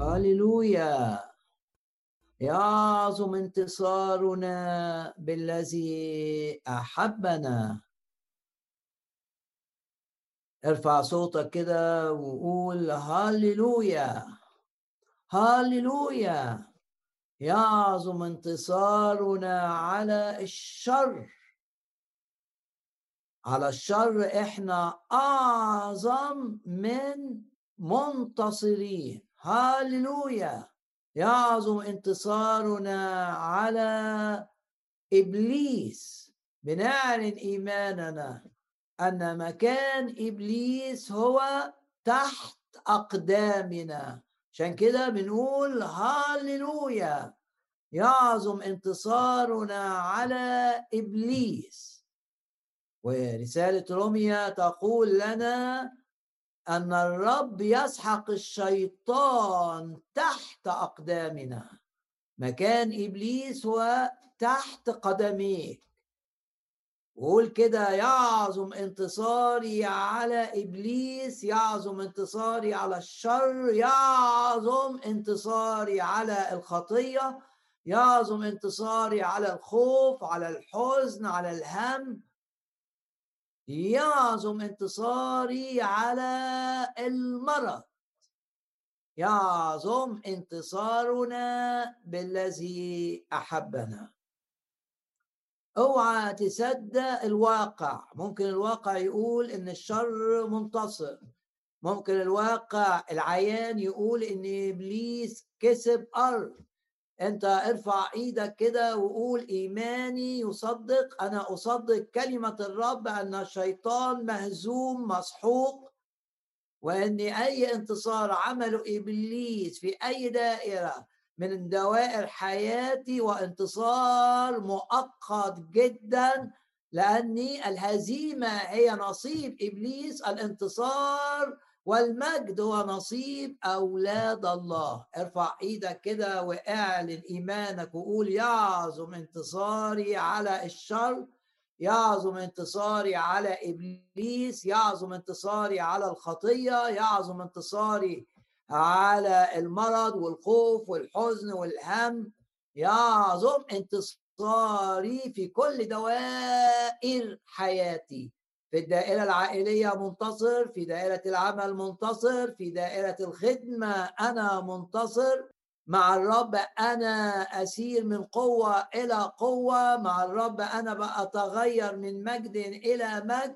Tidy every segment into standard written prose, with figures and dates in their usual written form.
هللويا. يعظم انتصارنا بالذي أحبنا. ارفع صوتك كده وقول هللويا. هللويا. يعظم انتصارنا على الشر. على الشر احنا أعظم من منتصرين. هللويا. يعظم انتصارنا على إبليس. بنعلن إيماننا أن مكان إبليس هو تحت أقدامنا. عشان كده بنقول هاليلويا. يعظم انتصارنا على إبليس. ورسالة روميا تقول لنا أن الرب يسحق الشيطان تحت أقدامنا. مكان إبليس هو تحت قدميك. وقول كده يعظم انتصاري على إبليس، يعظم انتصاري على الشر، يعظم انتصاري على الخطية، يعظم انتصاري على الخوف، على الحزن، على الهم، يعظم انتصاري على المرض. يعظم انتصارنا بالذي أحبنا. اوعى تصدق الواقع. ممكن الواقع يقول ان الشر منتصر، ممكن الواقع العيان يقول ان ابليس كسب ارض. انت ارفع ايدك كده وقول ايماني يصدق، انا اصدق كلمة الرب ان الشيطان مهزوم مسحوق، وان اي انتصار عمله ابليس في اي دائرة من دوائر حياتي وانتصار مؤقت جدا، لأن الهزيمة هي نصيب إبليس، الانتصار والمجد هو نصيب أولاد الله. ارفع إيدك كده واعلن إيمانك وقول يعظم انتصاري على الشر، يعظم انتصاري على إبليس، يعظم انتصاري على الخطية، يعظم انتصاري على المرض والخوف والحزن والهم، يعظم انتصاري في كل دوائر حياتي. في الدائرة العائلية منتصر، في دائرة العمل منتصر، في دائرة الخدمة أنا منتصر. مع الرب أنا أسير من قوة إلى قوة، مع الرب أنا بأتغير من مجد إلى مجد.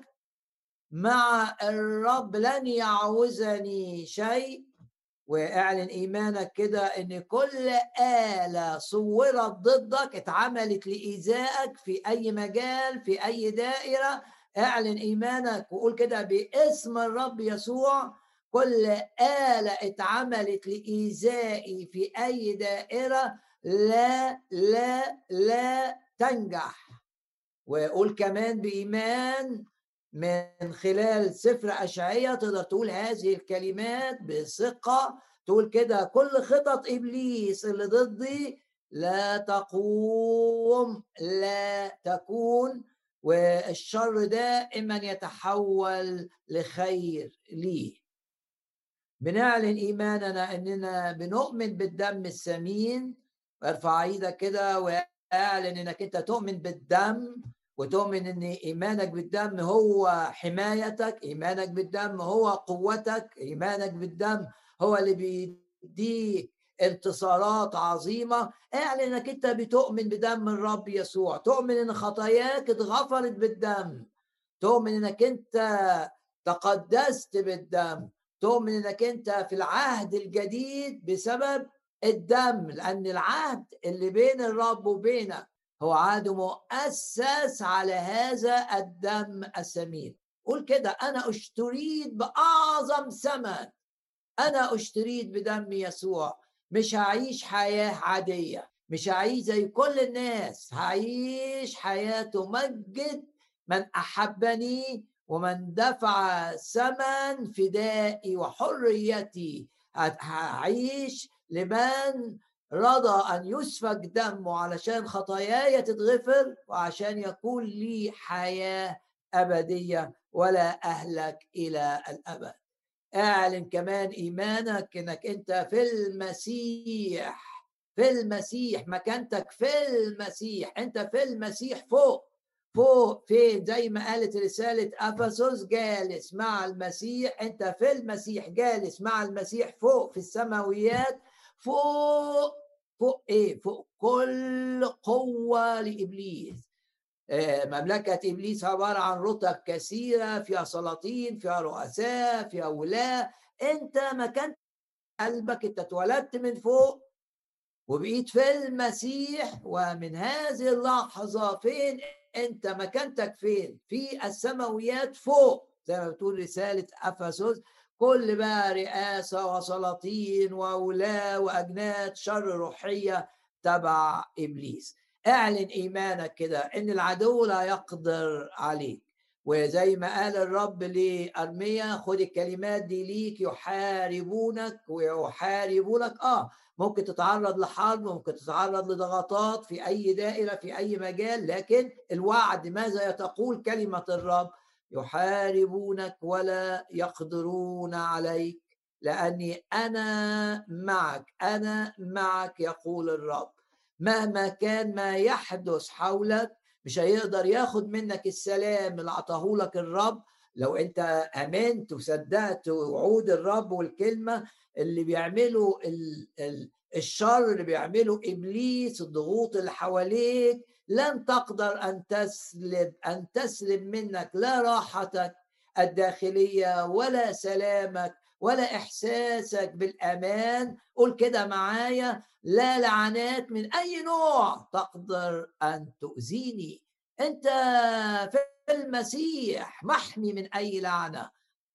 مع الرب لن يعوزني شيء. واعلن ايمانك كده ان كل آلة صورت ضدك اتعملت لإيذائك في اي مجال في اي دائرة. اعلن ايمانك وقول كده باسم الرب يسوع كل آلة اتعملت لإيذائي في اي دائرة لا لا لا تنجح. وقول كمان بإيمان من خلال سفر أشعية تقدر تقول هذه الكلمات بثقة. تقول كده كل خطط إبليس اللي ضدي لا تقوم لا تكون، والشر دائما يتحول لخير لي. بنعلن إيماننا أننا بنؤمن بالدم الثمين. ارفع ايدك كده واعلن أنك أنت تؤمن بالدم، وتؤمن أن إيمانك بالدم هو حمايتك، إيمانك بالدم هو قوتك، إيمانك بالدم هو اللي بيديك انتصارات عظيمة. اعلن أنك أنت بتؤمن بدم الرب يسوع، تؤمن أن خطاياك اتغفرت بالدم، تؤمن أنك أنت تقدست بالدم، تؤمن أنك أنت في العهد الجديد بسبب الدم، لأن العهد اللي بين الرب وبينك هو عهد مؤسس على هذا الدم الثمين. قول كده أنا اشتريت بأعظم ثمن، أنا اشتريت بدم يسوع. مش هعيش حياة عادية، مش هعيش زي كل الناس، هعيش حياة تمجد من أحبني ومن دفع ثمن فدائي وحريتي. هعيش لمن رضى أن يسفك دمه علشان خطاياي تتغفر وعشان يكون لي حياة أبدية ولا أهلك إلى الأبد. اعلن كمان إيمانك إنك أنت في المسيح، في المسيح، مكانتك في المسيح، أنت في المسيح فوق. فوق فين؟ زي ما قالت رسالة أفسس، جالس مع المسيح. أنت في المسيح جالس مع المسيح فوق في السماويات. فوق، فوق إيه؟ فوق كل قوة لإبليس. مملكة إبليس عبارة عن رتب كثيرة، فيها سلاطين، فيها رؤساء، فيها ولاة. أنت مكان قلبك، أنت اتولدت من فوق وبقيت في المسيح. ومن هذه اللحظة فين أنت؟ مكانتك فين؟ في السماويات فوق، زي ما بتقول رسالة أفسس. كل بقى رئاسة وسلاطين وولاة وأجناد شر روحية تبع إبليس. اعلن إيمانك كده إن العدو لا يقدر عليك. وزي ما قال الرب لأرميا، خد الكلمات دي ليك، يحاربونك ويحاربونك. ممكن تتعرض لحرب، ممكن تتعرض لضغطات في أي دائرة في أي مجال، لكن الوعد ماذا تقول كلمة الرب؟ يحاربونك ولا يقدرون عليك، لأني أنا معك، أنا معك يقول الرب. مهما كان ما يحدث حولك، مش هيقدر ياخد منك السلام اللي عطاه لك الرب لو انت امنت وصدقت وعود الرب والكلمه. اللي بيعمله الشر، اللي بيعمله ابليس، الضغوط اللي حواليك، لن تقدر ان تسلب منك لا راحتك الداخليه ولا سلامك ولا احساسك بالامان. قول كده معايا: لا لعنات من اي نوع تقدر ان تؤذيني. انت في المسيح محمي من اي لعنه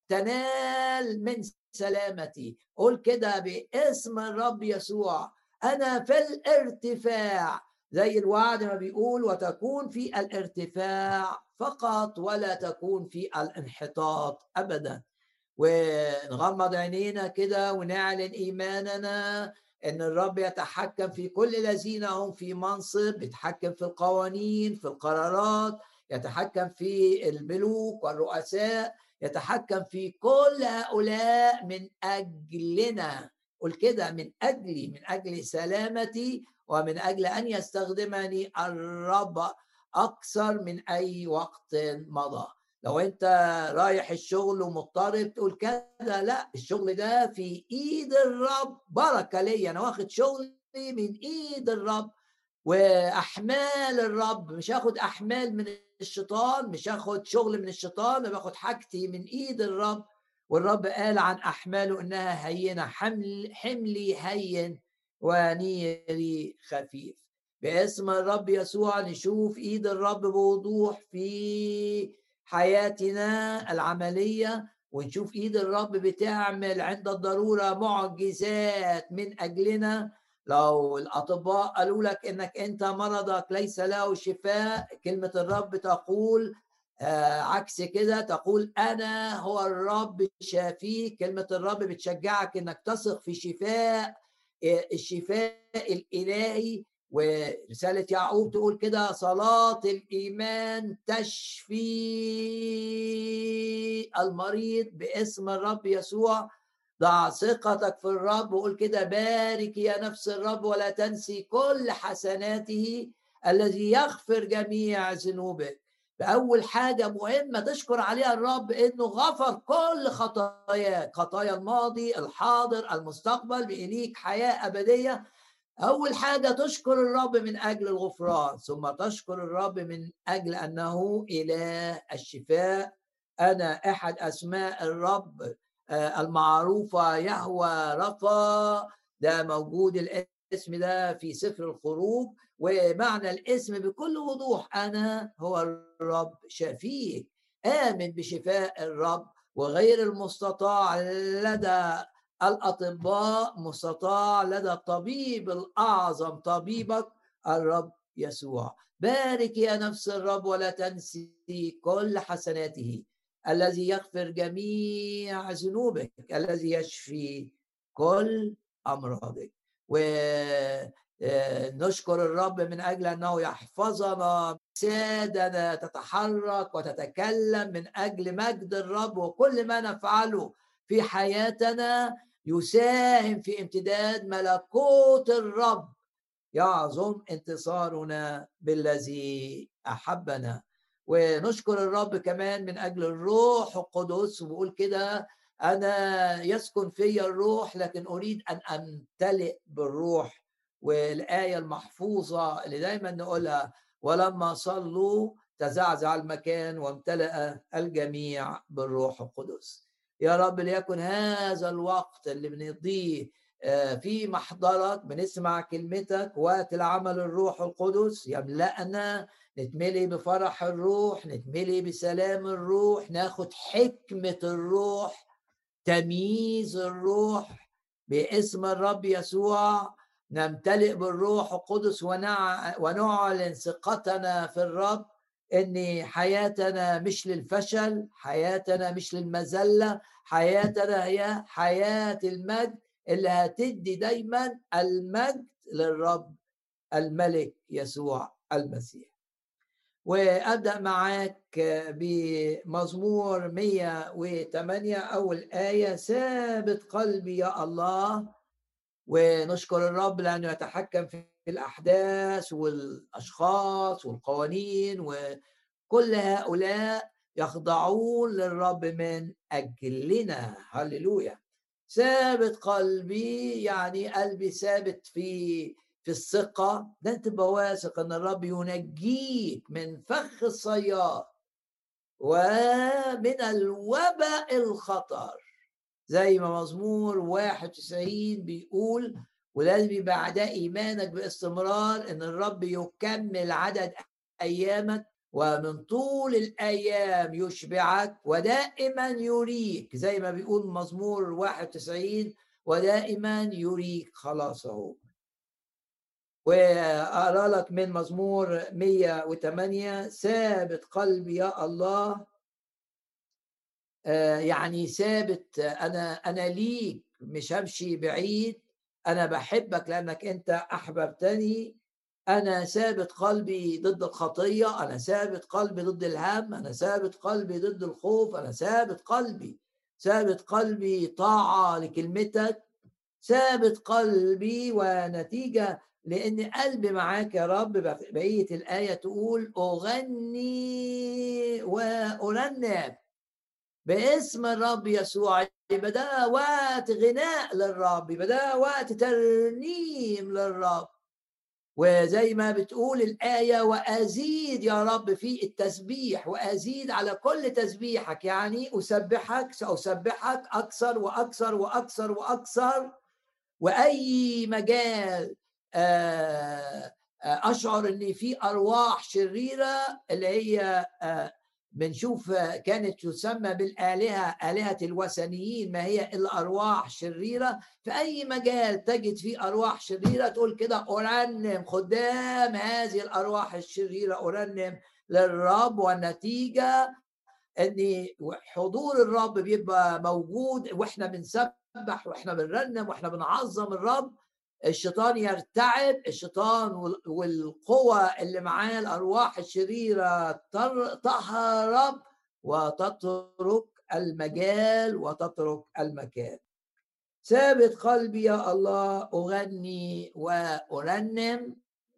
تنال من سلامتي. قول كده باسم الرب يسوع: أنا في الارتفاع، زي الوعد ما بيقول: وتكون في الارتفاع فقط ولا تكون في الانحطاط أبدا. ونغمض عينينا كده ونعلن إيماننا إن الرب يتحكم في كل الذين هم في منصب، يتحكم في القوانين، في القرارات، يتحكم في الملوك والرؤساء، يتحكم في كل هؤلاء من أجلنا. قل كده: من أجلي، من أجل سلامتي، ومن أجل أن يستخدمني الرب أكثر من أي وقت مضى. لو أنت رايح الشغل ومضطرب، تقول كده: لا، الشغل ده في ايد الرب، بركه لي، انا واخد شغلي من ايد الرب واحمال الرب. مش هاخد احمال من الشيطان، مش هاخد شغل من الشيطان، انا باخد حاجتي من ايد الرب. والرب قال عن احماله انها هينه، حملي هين ونيري خفيف. باسم الرب يسوع نشوف ايد الرب بوضوح في حياتنا العملية، ونشوف ايد الرب بتعمل عند الضرورة معجزات من اجلنا. لو الاطباء قالوا لك انك انت مرضك ليس له شفاء، كلمة الرب تقول عكس كده، تقول انا هو الرب شافيك. كلمة الرب بتشجعك انك تثق في شفاء، الشفاء الالهي. ورسالة يعقوب تقول كده: صلاة الإيمان تشفي المريض باسم الرب يسوع. ضع ثقتك في الرب وقول كده: بارك يا نفس الرب ولا تنسي كل حسناته الذي يغفر جميع ذنوبك. فأول حاجة مهمة تشكر عليها الرب إنه غفر كل خطاياك، خطايا الماضي، الحاضر، المستقبل، بإليك حياة أبدية. أول حاجة تشكر الرب من أجل الغفران، ثم تشكر الرب من أجل أنه إله الشفاء. أنا أحد أسماء الرب المعروفة يهوى رفا. ده موجود الاسم ده في سفر الخروج، ومعنى الاسم بكل وضوح: أنا هو الرب شفيك. آمن بشفاء الرب، وغير المستطاع لدى الأطباء مستطاع لدى الطبيب الأعظم، طبيبك الرب يسوع. بارك يا نفس الرب ولا تنسي كل حسناته الذي يغفر جميع ذنوبك، الذي يشفي كل أمراضك. ونشكر الرب من أجل أنه يحفظنا، سادنا تتحرك وتتكلم من أجل مجد الرب، وكل ما نفعله في حياتنا يساهم في امتداد ملكوت الرب. يعظم انتصارنا بالذي أحبنا. ونشكر الرب كمان من أجل الروح القدس، وبقول كده: أنا يسكن في الروح لكن أريد أن أمتلئ بالروح. والآية المحفوظة اللي دايما نقولها: ولما صلوا تزعزع المكان وامتلأ الجميع بالروح القدس. يا رب ليكن هذا الوقت اللي بنقضيه في محضرك، بنسمع كلمتك، وقت العمل الروح القدس يملأنا، نتملي بفرح الروح، نتملي بسلام الروح، ناخد حكمة الروح، تمييز الروح باسم الرب يسوع. نمتلئ بالروح القدس ونعلن ثقتنا في الرب، ان حياتنا مش للفشل، حياتنا مش للمذلة، حياتنا هي حياة المجد اللي هتدي دايما المجد للرب الملك يسوع المسيح. وأبدأ معاك بمزمور 108 أول آية: ثابت قلبي يا الله. ونشكر الرب لأنه يتحكم في الأحداث والأشخاص والقوانين، وكل هؤلاء يخضعون للرب من أجلنا. هللويا. ثابت قلبي يعني قلبي ثابت في الثقة. ده تبقى واثق ان الرب ينجيك من فخ الصياد ومن الوباء الخطر، زي ما مزمور 91 بيقول. ولازم يبقى عداء ايمانك باستمرار ان الرب يكمل عدد ايامك، ومن طول الايام يشبعك، ودائما يريك، زي ما بيقول مزمور 91: ودائما يريك خلاصه. وأقرأ لك من مزمور 108: ثابت قلبي يا الله. يعني ثابت، أنا ليك، مش همشي بعيد، أنا بحبك لأنك أنت أحببتني. أنا ثابت قلبي ضد الخطية، أنا ثابت قلبي ضد الهم، أنا ثابت قلبي ضد الخوف، أنا ثابت قلبي طاعة لكلمتك، ثابت قلبي. ونتيجة لأن قلبي معاك يا رب، بقية الآية تقول: أغني وأرنم باسم الرب يسوع. يبقى ده وقت غناء للرب، يبقى ده وقت ترنيم للرب. وزي ما بتقول الآية: وأزيد يا رب في التسبيح، وأزيد على كل تسبيحك، يعني أسبحك، سأسبحك أكثر وأكثر وأكثر وأكثر. وأي مجال أشعر أن في أرواح شريرة، اللي هي بنشوف كانت تسمى بالآلهة، آلهة الوثنيين، ما هي إلا أرواح شريرة. في أي مجال تجد فيه أرواح شريرة تقول كده: أرنم قدام هذه الأرواح الشريرة، أرنم للرب. والنتيجة أن حضور الرب بيبقى موجود، وإحنا بنسبح وإحنا بنرنم وإحنا بنعظم الرب. الشيطان يرتعب، الشيطان والقوة اللي معاه الأرواح الشريرة تهرب وتترك المجال وتترك المكان. ثابت قلبي يا الله، أغني وأرنم.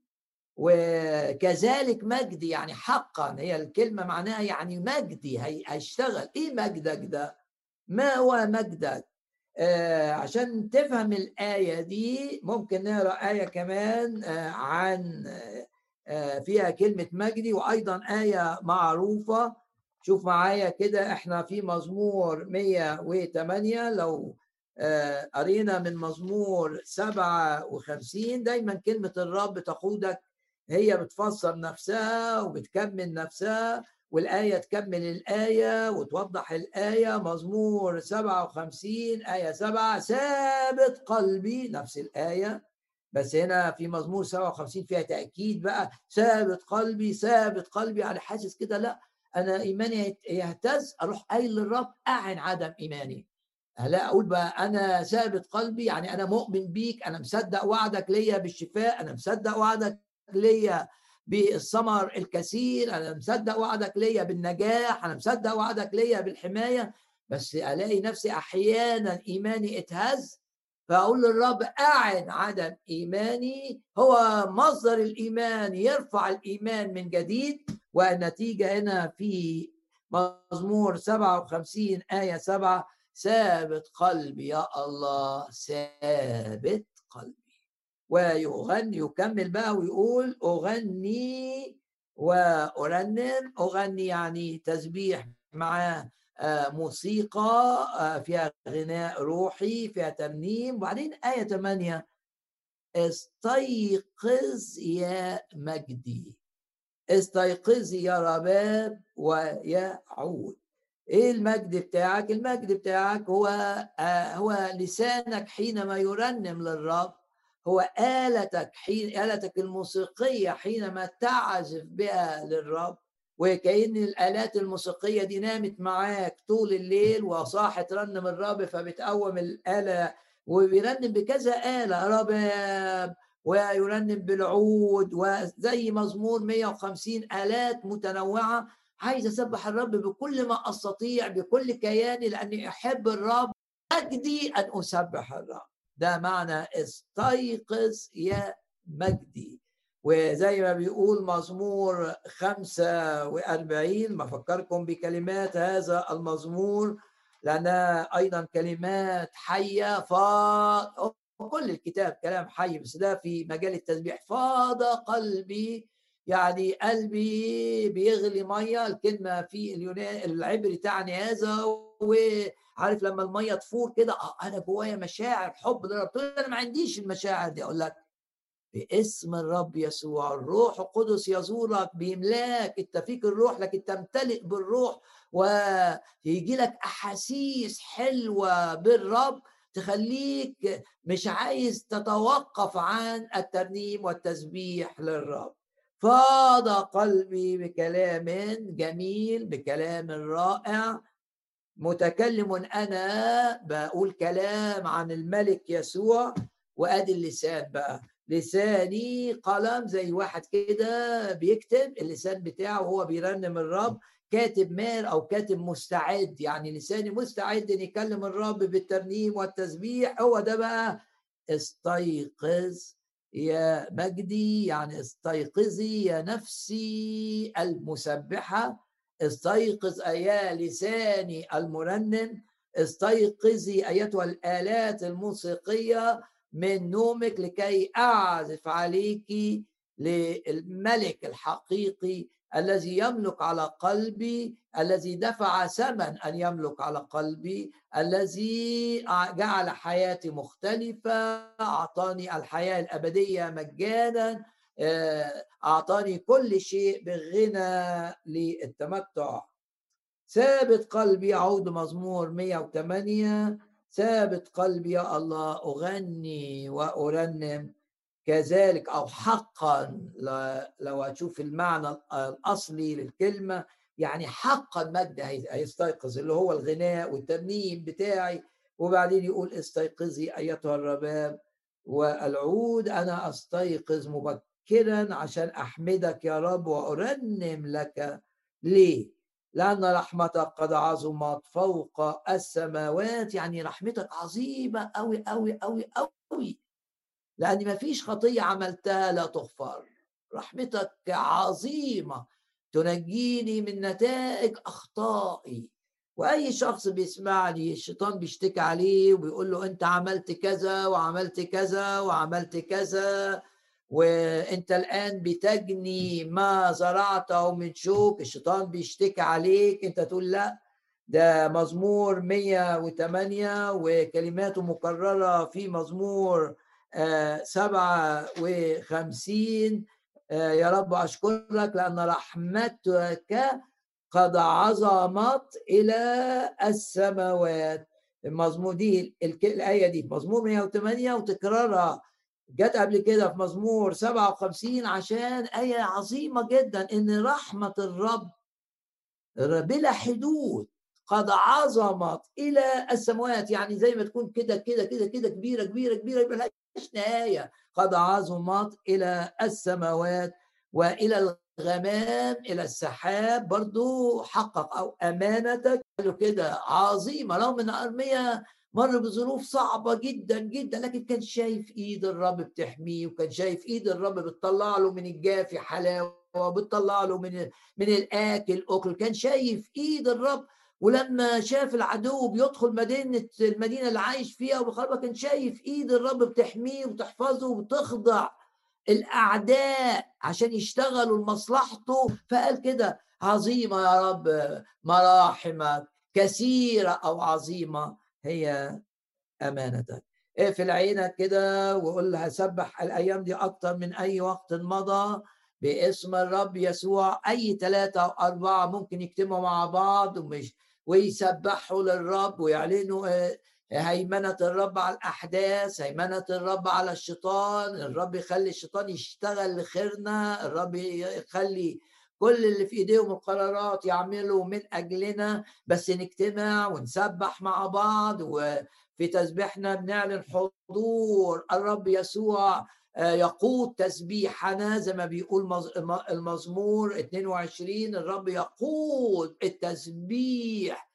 وكذلك مجدي، يعني حقا هي الكلمة معناها يعني مجدي هيشتغل. ايه مجدك ده؟ ما هو مجدك؟ عشان تفهم الآية دي ممكن نقرأ آية كمان عن فيها كلمة مجدي، وأيضا آية معروفة. شوف معايا كده، احنا في مزمور 108. لو قرينا من مزمور 57، دايما كلمة الرب تقودك، هي بتفسر نفسها وبتكمل نفسها، والآية تكمل الآية وتوضح الآية. مزمور 57 آية 7: ثابت قلبي، نفس الآية، بس هنا في مزمور 57 فيها تأكيد بقى: ثابت قلبي، ثابت قلبي. يعني حاسس كده، لا أنا إيماني يهتز، أروح قايل للرب: أعن عدم إيماني. لا أقول بقى أنا ثابت قلبي، يعني أنا مؤمن بيك، أنا مصدق وعدك ليا بالشفاء، أنا مصدق وعدك ليا بالثمر الكثير، أنا مصدق وعدك ليا بالنجاح، أنا مصدق وعدك ليا بالحماية. بس ألاقي نفسي أحيانا إيماني اتهز، فأقول للرب أعن عدم إيماني، هو مصدر الإيمان يرفع الإيمان من جديد. والنتيجة هنا في مزمور 57 آية 7: ثابت قلبي يا الله، ثابت قلبي. ويغني، يكمل بقى ويقول أغني وأرنم. أغني يعني تسبيح مع موسيقى فيها غناء روحي، فيها ترنيم. وبعدين آية 8: استيقظ يا مجدي، استيقظي يا رباب ويعود. ايه المجد بتاعك؟ المجد بتاعك هو لسانك حينما يرنم للرب، هو آلتك الموسيقية حينما تعزف بها للرب. وكأن الآلات الموسيقية دي نامت معاك طول الليل وصاحت ترنم الرب، فبتقوم الآلة وبيرنم بكذا آلة، رباب ويرنم بالعود، وزي مزمور 150 آلات متنوعة. عايز أسبح الرب بكل ما أستطيع، بكل كياني، لأني أحب الرب، مجدي أن أسبح الرب. ده معنى استيقظ يا مجدي. وزي ما بيقول مزمور 45، بفكركم بكلمات هذا المزمور لأنها أيضا كلمات حية. وكل الكتاب كلام حي، بس ده في مجال التسبيح. فاض قلبي، يعني قلبي بيغلي ميه. الكلمه في اليونان العبري تعني هذا. وعارف لما الميه تفور كده، انا جوايا مشاعر حب للرب. تقول انا ما عنديش المشاعر دي، اقول لك باسم الرب يسوع الروح القدس يزورك، بيملاك. انت فيك الروح، لكن تمتلئ بالروح ويجي لك احاسيس حلوه بالرب تخليك مش عايز تتوقف عن الترنيم والتسبيح للرب. فاض قلبي بكلام جميل، بكلام رائع. متكلم أنا، بقول كلام عن الملك يسوع. وأدي اللسان بقى، لساني قلم، زي واحد كده بيكتب اللسان بتاعه وهو بيرنم الرب. كاتب مال أو كاتب مستعد، يعني لساني مستعد أن يكلم الرب بالترنيم والتسبيح. هو ده بقى استيقظ يا مجدي، يعني استيقظي يا نفسي المسبحة، استيقظ أيها لساني المرنم، استيقظي أيتها الآلات الموسيقية من نومك لكي أعزف عليك للملك الحقيقي الذي يملك على قلبي، الذي دفع ثمن أن يملك على قلبي، الذي جعل حياتي مختلفة، أعطاني الحياة الأبدية مجانا، أعطاني كل شيء بغنى للتمتع. ثابت قلبي، يعود مزمور 108: ثابت قلبي يا الله، أغني وأرنم. كذلك أو حقا، لو هتشوف المعنى الأصلي للكلمة، يعني حقا مجد هيستيقظ، اللي هو الغناء والترنيم بتاعي. وبعدين يقول استيقظي أيتها الرباب والعود، أنا أستيقظ مبكرا عشان أحمدك يا رب وأرنم لك. ليه؟ لأن رحمتك قد عظمت فوق السماوات، يعني رحمتك عظيمة أوي أوي أوي أوي، لأن ما فيش خطية عملتها لا تغفر. رحمتك عظيمة تنجيني من نتائج أخطائي. وأي شخص بيسمعني الشيطان بيشتكي عليه وبيقول له أنت عملت كذا وعملت كذا وعملت كذا، وأنت الآن بتجني ما زرعته من شوك. الشيطان بيشتكي عليك، أنت تقول لا، ده مزمور 108 وكلماته مكررة في مزمور 57. يا رب أشكرك لأن رحمتك قد عظمت إلى السماوات. المزمور دي الآية دي مزمور 108 وتكرارها جت قبل كده في مزمور 57 عشان آية عظيمة جدا، إن رحمة الرب بلا حدود قد عظمت إلى السماوات. يعني زي ما تكون كده كده كده كده كبيرة كبيرة كبيرة، يبقى لهاش نهاية. قد عظمت إلى السماوات وإلى الغمام إلى السحاب برضو حقق، أو أمانتك قالوا كده عظيمة. رغم أن أرميا مر بظروف صعبة جدا جدا، لكن كان شايف إيد الرب بتحميه، وكان شايف إيد الرب بتطلع له من الجافي حلاوة، وبتطلع له من الآكل أكل. كان شايف إيد الرب. ولما شاف العدو بيدخل المدينة اللي عايش فيها وبخربها، كان شايف إيد الرب بتحميه وبتحفظه وبتخضع الأعداء عشان يشتغلوا لمصلحته. فقال كده عظيمة يا رب مراحمك، كثيرة أو عظيمة هي أمانتك. اقفل عينك كده وقول لها سبح الأيام دي أكتر من أي وقت مضى باسم الرب يسوع. أي 3 أو 4 ممكن يجتمعوا مع بعض ويسبحوا للرب ويعلنوا هيمنة الرب على الأحداث، هيمنة الرب على الشيطان. الرب يخلي الشيطان يشتغل لخيرنا، الرب يخلي كل اللي في ايديهم القرارات يعملوا من أجلنا. بس نجتمع ونسبح مع بعض، وفي تسبيحنا بنعلن حضور الرب يسوع يقود تسبيحنا زي ما بيقول المزمور 22. الرب يقود التسبيح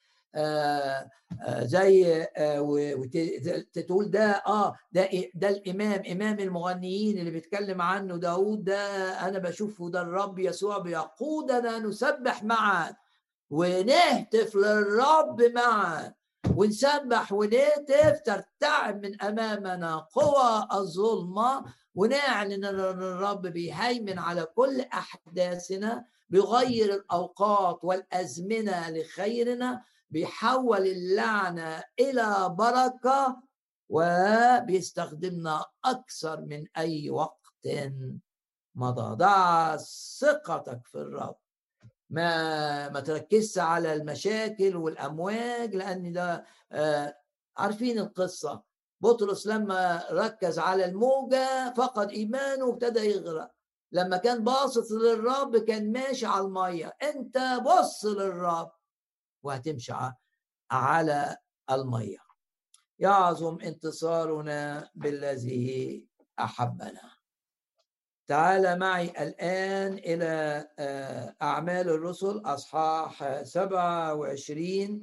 زي تقول ده الامام، امام المغنيين اللي بيتكلم عنه داود، ده انا بشوفه ده الرب يسوع بيقودنا نسبح معا ونهتف للرب معا، ونسبح ونهتف ترتعب من امامنا قوى الظلمه، ونعلن ان الرب بيهيمن على كل احداثنا، بيغير الاوقات والازمنه لخيرنا، بيحول اللعنة إلى بركة، وبيستخدمنا أكثر من أي وقت مضى. ضع ثقتك في الرب، ما تركزش على المشاكل والأمواج، لأن ده عارفين القصة. بطرس لما ركز على الموجة فقد إيمانه وابتدى يغرق. لما كان باصص للرب كان ماشي على المية. أنت بص للرب وهتمشي على المية. يعظم انتصارنا بالذي أحبنا. تعال معي الآن إلى أعمال الرسل أصحاح 27.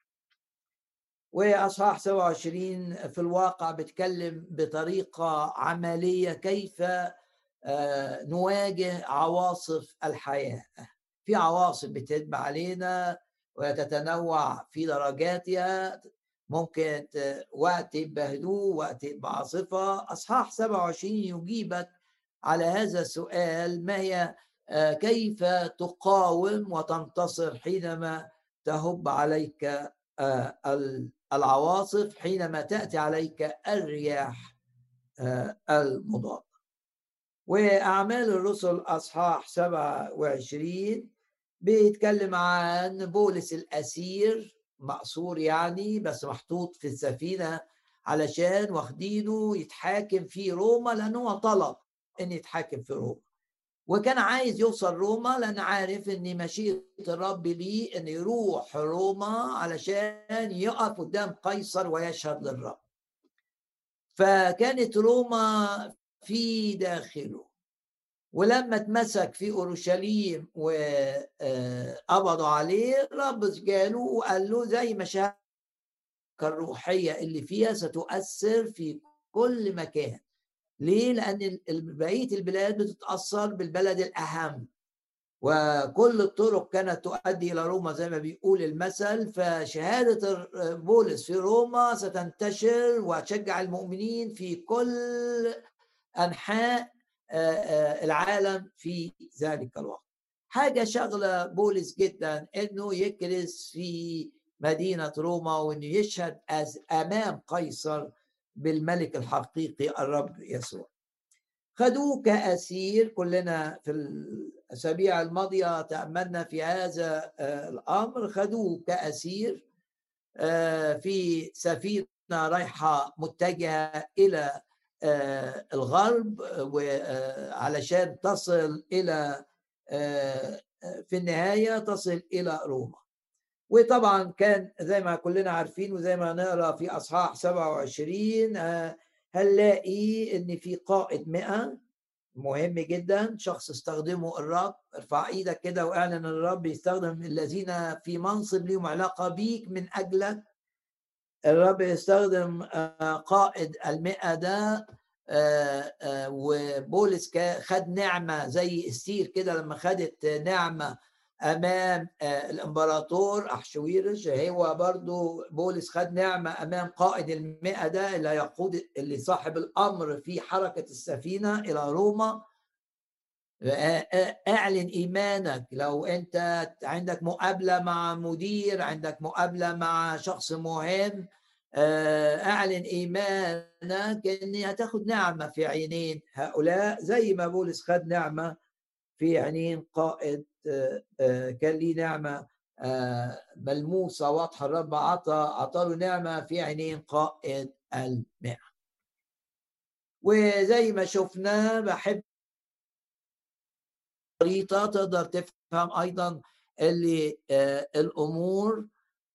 وأصحاح 27 في الواقع بتكلم بطريقة عملية كيف نواجه عواصف الحياة. في عواصف بتتبع علينا وتتنوع في درجاتها، ممكن وقت بهدوء وقت بعاصفة. أصحاح 27 يجيبك على هذا السؤال: ما هي كيف تقاوم وتنتصر حينما تهب عليك العواصف، حينما تأتي عليك الرياح المضادة. وأعمال الرسل أصحاح 27 بيتكلم عن بولس الأسير، مأسور يعني، بس محطوط في السفينة علشان واخدينه يتحاكم في روما، لأنه طلب أن يتحاكم في روما، وكان عايز يوصل روما لأن عارف أن مشيئة الرب ليه أن يروح روما علشان يقف قدام قيصر ويشهد للرب. فكانت روما في داخله. ولما اتمسك في أورشليم وقبضوا عليه، الرب جاله وقال له زي ما شاء الروحية اللي فيها ستؤثر في كل مكان. ليه؟ لأن بقية البلاد بتتأثر بالبلد الأهم، وكل الطرق كانت تؤدي إلى روما زي ما بيقول المثل. فشهادة بولس في روما ستنتشر وتشجع المؤمنين في كل أنحاء العالم في ذلك الوقت. حاجة شغلة بولس جدا أنه يكرس في مدينة روما، وأنه يشهد أمام قيصر بالملك الحقيقي الرب يسوع. خدوه كأسير. كلنا في الأسابيع الماضية تأملنا في هذا الأمر. خدوه كأسير في سفينة رايحة متجهة إلى الغرب، وعلشان تصل إلى في النهاية تصل إلى روما. وطبعا كان زي ما كلنا عارفين وزي ما نقرأ في أصحاح 27 هنلاقي إن في قائد 100 مهم جدا، شخص استخدمه الرب. ارفع ايدك كده واعلن الرب يستخدم الذين في منصب ليهم علاقة بيك من أجلك. الرب يستخدم قائد 100 ده، وبولس خد نعمة زي استير كده لما خدت نعمة أمام الإمبراطور أحشويرش. هو برضو بولس خد نعمة أمام قائد 100 ده اللي يقود، اللي صاحب الأمر في حركة السفينة إلى روما. اعلن ايمانك. لو انت عندك مقابله مع مدير، عندك مقابله مع شخص مهم، اعلن ايمانك ان هتاخد نعمه في عينين هؤلاء زي ما بولس خد نعمه في عينين قائد كان ليه نعمه ملموسه واضحه. الرب عطى له نعمه في عينين قائد 100. وزي ما شفنا، بحب خريطة تقدر تفهم أيضا اللي الأمور.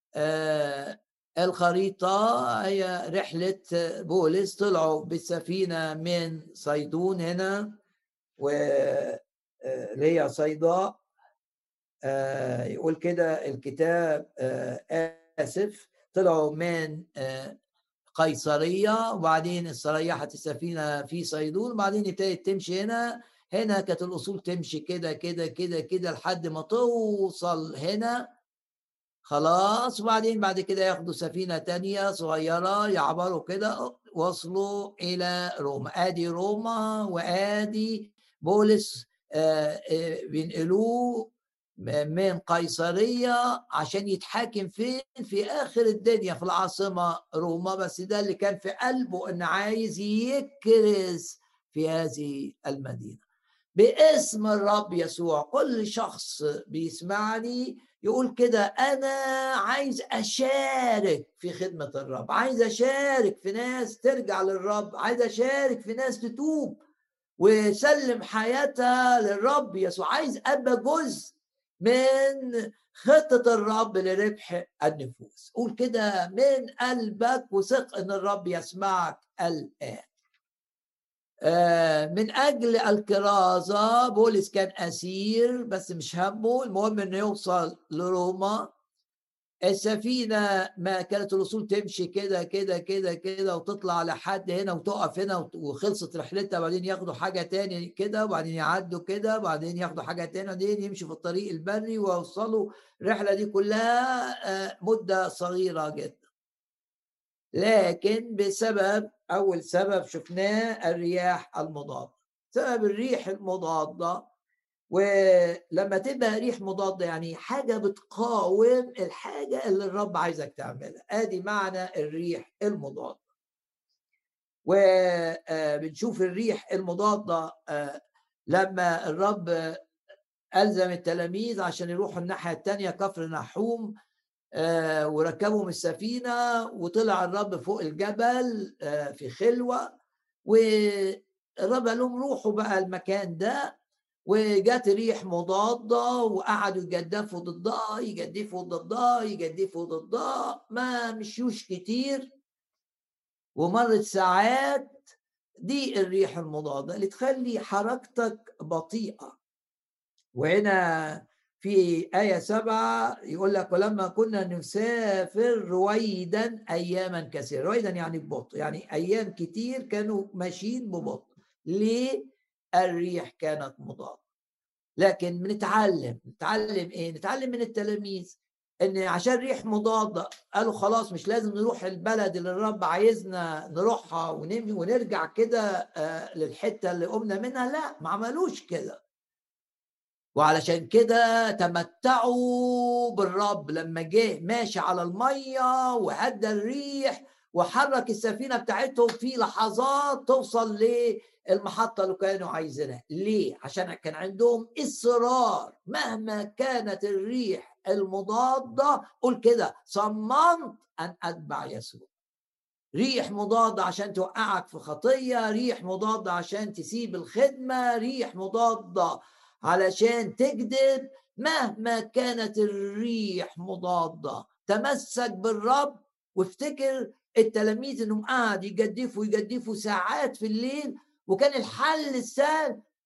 الخريطة هي رحلة بولس. طلعوا بالسفينة من صيدون هنا، واللي هي صيداء. يقول كده الكتاب، آسف، طلعوا من قيصرية، وبعدين استريحت السفينة في صيدون، وبعدين ابتدت تمشي هنا. هنا كانت الأصول تمشي كده كده كده كده لحد ما توصل هنا خلاص. وبعدين بعد كده ياخدوا سفينة تانية صغيرة يعبروا كده، وصلوا إلى روما. آدي روما وآدي بولس بينقلوه من قيصرية عشان يتحاكم فين؟ في آخر الدنيا في العاصمة روما. بس ده اللي كان في قلبه، إن عايز يكرز في هذه المدينة باسم الرب يسوع. كل شخص بيسمعني يقول كده: أنا عايز أشارك في خدمة الرب، عايز أشارك في ناس ترجع للرب، عايز أشارك في ناس تتوب وسلم حياتها للرب يسوع، عايز أبقى جزء من خطة الرب لربح النفوس. قول كده من قلبك وثق أن الرب يسمعك الآن. من أجل الكرازة بولس كان أسير، بس مش همه، المهم أنه يوصل لروما. السفينة ما كانت الوصول تمشي كده كده كده كده وتطلع لحد هنا وتقف هنا وخلصت رحلتها، بعدين ياخدوا حاجة تاني كده، وبعدين يعدوا كده، بعدين ياخدوا حاجة تاني، بعدين يمشوا في الطريق البري ويوصلوا. الرحلة دي كلها مدة صغيرة جدا. لكن بسبب أول سبب شفناه الرياح المضادة. سبب الريح المضادة، ولما تبقى ريح مضادة يعني حاجة بتقاوم الحاجة اللي الرب عايزك تعملها. ادي معنى الريح المضادة. وبنشوف الريح المضادة لما الرب ألزم التلاميذ عشان يروحوا الناحية التانية كفر نحوم، وركبوا من السفينة وطلع الرب فوق الجبل في خلوة، والرب قال لهم روحوا بقى المكان ده. وجات ريح مضادة وقعدوا يجدفوا ضدها يجدفوا ضدها يجدفوا ضدها، ما مشيوش كتير ومرت ساعات. دي الريح المضادة اللي تخلي حركتك بطيئة. وهنا في آية 7 يقول لك: ولما كنا نسافر رويدا أياما كثيرة. رويدا يعني ببطء، يعني أيام كتير كانوا ماشيين ببطء. ليه؟ الريح كانت مضادة. لكن نتعلم إيه؟ نتعلم من التلاميذ إن عشان ريح مضادة قالوا خلاص مش لازم نروح البلد اللي الرب عايزنا نروحها ونرجع كده للحتة اللي قمنا منها. لا، ما عملوش كده. وعلشان كده تمتعوا بالرب لما جه ماشي على المية وهدى الريح وحرك السفينة بتاعتهم في لحظات توصل للمحطة اللي كانوا عايزينها. ليه؟ عشان كان عندهم إصرار مهما كانت الريح المضادة. قول كده: صممت أن أتبع يسوع. ريح مضادة عشان توقعك في خطية، ريح مضادة عشان تسيب الخدمة، ريح مضادة علشان تكذب. مهما كانت الريح مضادة تمسك بالرب. وافتكر التلاميذ انهم قاعد يجدفوا ساعات في الليل، وكان الحل السهل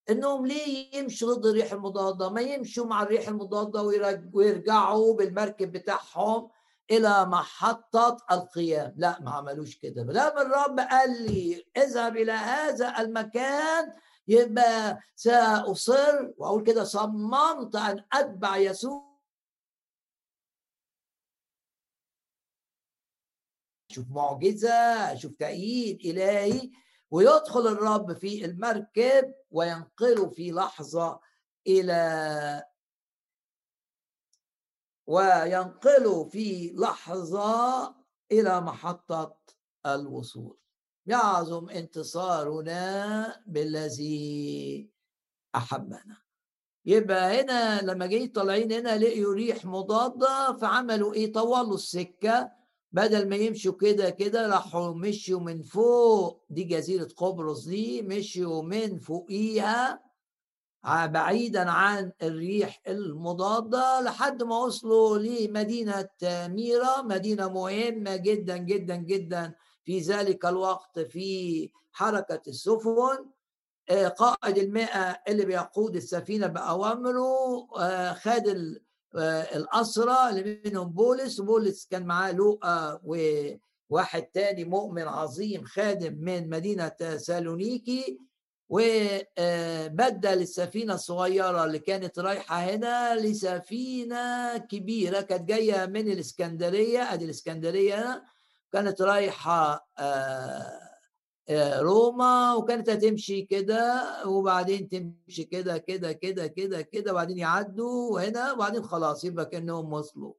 انهم ليه يمشوا ضد الريح المضاده؟ ما يمشوا مع الريح المضاده ويرجعوا بالمركب بتاعهم الى محطه القيام. لا، ما عملوش كده. لما الرب قال لي اذهب الى هذا المكان، يبقى ساصر واقول كده صممت ان اتبع يسوع. اشوف معجزه، اشوف تأييد الهي، ويدخل الرب في المركب وينقله في لحظه الى إلى محطة الوصول. يعظم انتصارنا بالذي أحبنا. يبقى هنا لما جاي طالعين هنا لقيوا ريح مضادة، فعملوا ايه؟ طولوا السكة، بدل ما يمشوا كده كده راحوا مشيوا من فوق، دي جزيرة قبرص دي، مشيوا من فوقيها بعيدا عن الريح المضادة لحد ما وصلوا لمدينة ميرا، مدينة مهمة جدا جدا جدا في ذلك الوقت في حركة السفن. قائد المئة اللي بيقود السفينة بأوامره خد الأسرى اللي منهم بولس، وبولس كان معاه لوقا وواحد تاني مؤمن عظيم خادم من مدينة سالونيكي، وبدل السفينة الصغيرة اللي كانت رايحة هنا لسفينة كبيرة كانت جاية من الإسكندرية. أدي الإسكندرية كانت رايحة روما، وكانت هتمشي كده وبعدين تمشي كده كده كده كده كده وبعدين يعدوا هنا وبعدين خلاص يبقى كأنهم وصلوا.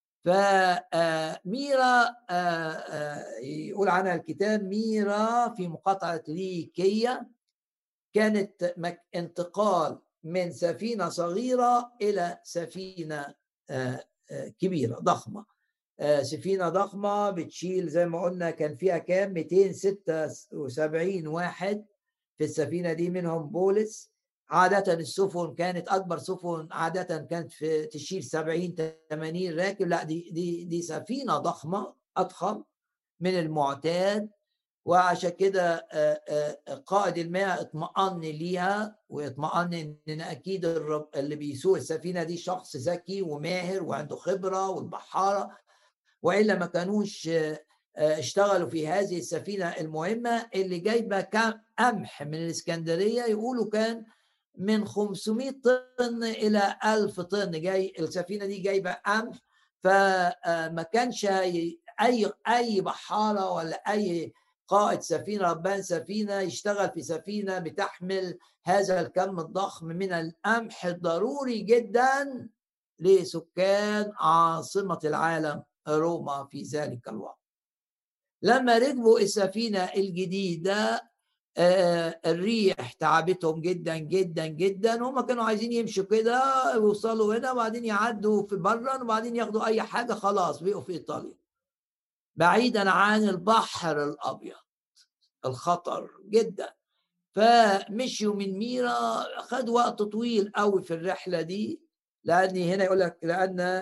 فميرا يقول عنها الكتاب ميرا في مقاطعة ليكية، كانت انتقال من سفينة صغيرة إلى سفينة كبيرة ضخمة. سفينة ضخمة بتشيل زي ما قلنا كان فيها كام 276 واحد في السفينة دي، منهم بولس. عادة السفن كانت أكبر سفن عادة كانت تشيل 70 80 راكب، لا دي سفينة ضخمة أضخم من المعتاد. وعشان كده قائد الماء اطمأن ليها واطمأن ان اكيد الرب اللي بيسوق السفينه دي شخص ذكي وماهر وعنده خبره، والبحاره والا ما كانوش اشتغلوا في هذه السفينه المهمه اللي جايبه كم قمح من الاسكندريه. يقولوا كان من 500 طن الى 1000 طن جاي السفينه دي جايبه قمح. فما كانش اي بحاره ولا اي قائد سفينه ربان سفينه يشتغل في سفينه بتحمل هذا الكم الضخم من القمح الضروري جدا لسكان عاصمه العالم روما في ذلك الوقت. لما ركبوا السفينة الجديدة الريح تعبتهم جدا جدا جدا. هم كانوا عايزين يمشوا كده يوصلوا هنا وبعدين يعدوا في برا وبعدين ياخدوا أي حاجة، خلاص بقوا في إيطاليا بعيدا عن البحر الأبيض الخطر جدا. فمشيوا من ميرا، خد وقت طويل قوي في الرحلة دي، لأن هنا يقول لك لأن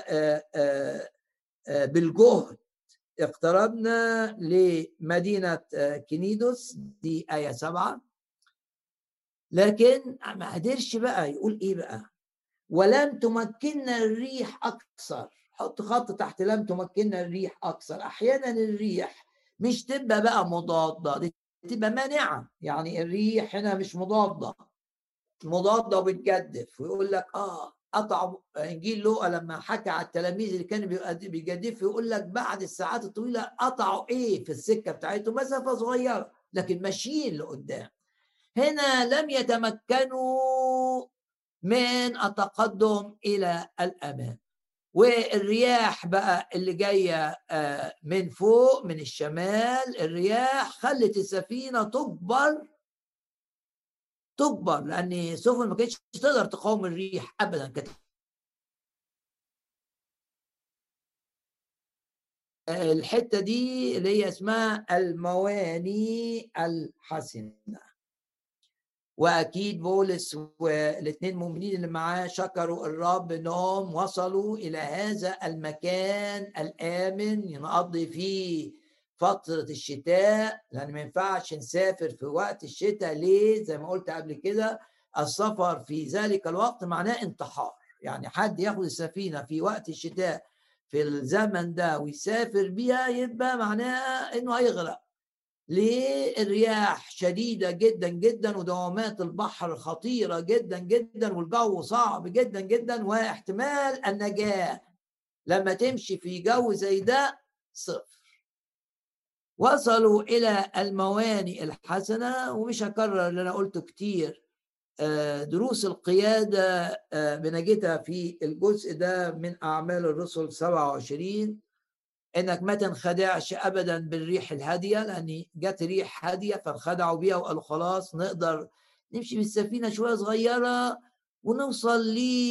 بالجهد اقتربنا لمدينة كنيدوس، دي آية 7. لكن ما قدرش بقى يقول إيه بقى؟ ولم تمكننا الريح أكثر. حط خط تحت لم تمكننا الريح أكثر. أحيانا الريح مش تبقى بقى مضادة، دي تبقى مانعة. يعني الريح هنا مش مضادة وبتجدف. ويقول لك قطع انجيل لوقا لما حكى على التلاميذ اللي كانوا بيجدفوا، يقول لك بعد الساعات الطويله قطعوا ايه في السكه بتاعتهم مسافه صغيره لكن ماشيين لقدام. هنا لم يتمكنوا من التقدم الى الامام. والرياح بقى اللي جايه من فوق من الشمال، الرياح خلت السفينه تكبر لان السفن ما كانتش تقدر تقاوم الريح ابدا. كانت الحته دي اللي هي اسمها المواني الحسنه. واكيد بولس والاثنين مؤمنين اللي معاه شكروا الرب انهم وصلوا الى هذا المكان الامن نقضي فيه فتره الشتاء، لان ما ينفعش نسافر في وقت الشتاء. ليه؟ زي ما قلت قبل كده، السفر في ذلك الوقت معناه انتحار. يعني حد ياخد السفينة في وقت الشتاء في الزمن ده ويسافر بيها يبقى معناها انه هيغرق. ليه؟ الرياح شديدة جدا جدا، ودوامات البحر خطيرة جدا جدا، والجو صعب جدا جدا، واحتمال النجاة لما تمشي في جو زي ده صفر. وصلوا إلى الموانئ الحسنة. ومش هكرر اللي أنا قلته كتير، دروس القيادة بنجدها في الجزء ده من أعمال الرسل 27، إنك ما تنخدعش أبدا بالريح الهادية، لأن جت ريح هادية فانخدعوا بيها وقالوا خلاص نقدر نمشي بالسفينة شوية صغيرة ونوصل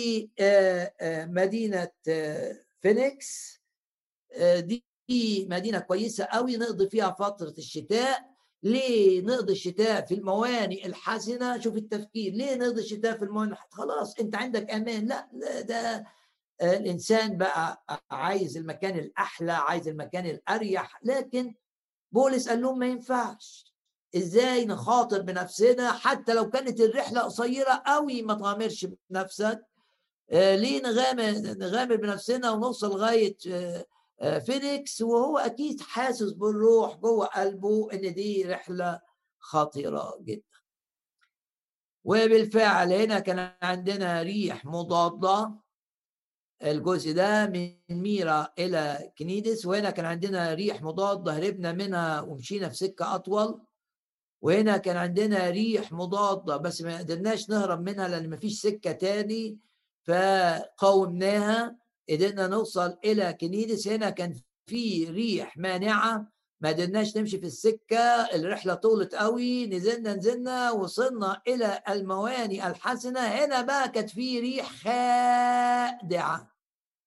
لمدينة فينيكس. دي مدينة كويسة قوي نقضي فيها فترة الشتاء. ليه نقضي الشتاء في الموانئ الحسنة؟ شوف التفكير، ليه نقضي الشتاء في الموانئ؟ خلاص انت عندك امان. لا ده الانسان بقى عايز المكان الاحلى، عايز المكان الاريح. لكن بولس قال لهم ما ينفعش. ازاي نخاطر بنفسنا حتى لو كانت الرحلة قصيرة قوي؟ ما تغامرش بنفسك. ليه نغامر بنفسنا ونوصل لغاية فينيكس وهو أكيد حاسس بالروح جوه قلبه إن دي رحلة خطيرة جدا. وبالفعل هنا كان عندنا ريح مضادة، الجزء ده من ميرا إلى كنيدس، وهنا كان عندنا ريح مضادة هربنا منها ومشينا في سكة أطول. وهنا كان عندنا ريح مضادة بس ما قدرناش نهرب منها لأن ما فيش سكة تاني فقاومناها، قدرنا نوصل إلى كنيدس. هنا كان في ريح مانعة ما قدرناش نمشي في السكة، الرحلة طولت قوي، نزلنا وصلنا إلى الموانئ الحسنة. هنا بقى كانت في ريح خادعة.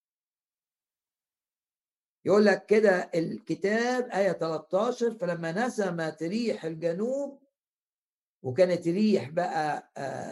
يقول لك كده الكتاب آية 13: فلما نسمت ريح الجنوب، وكانت ريح بقى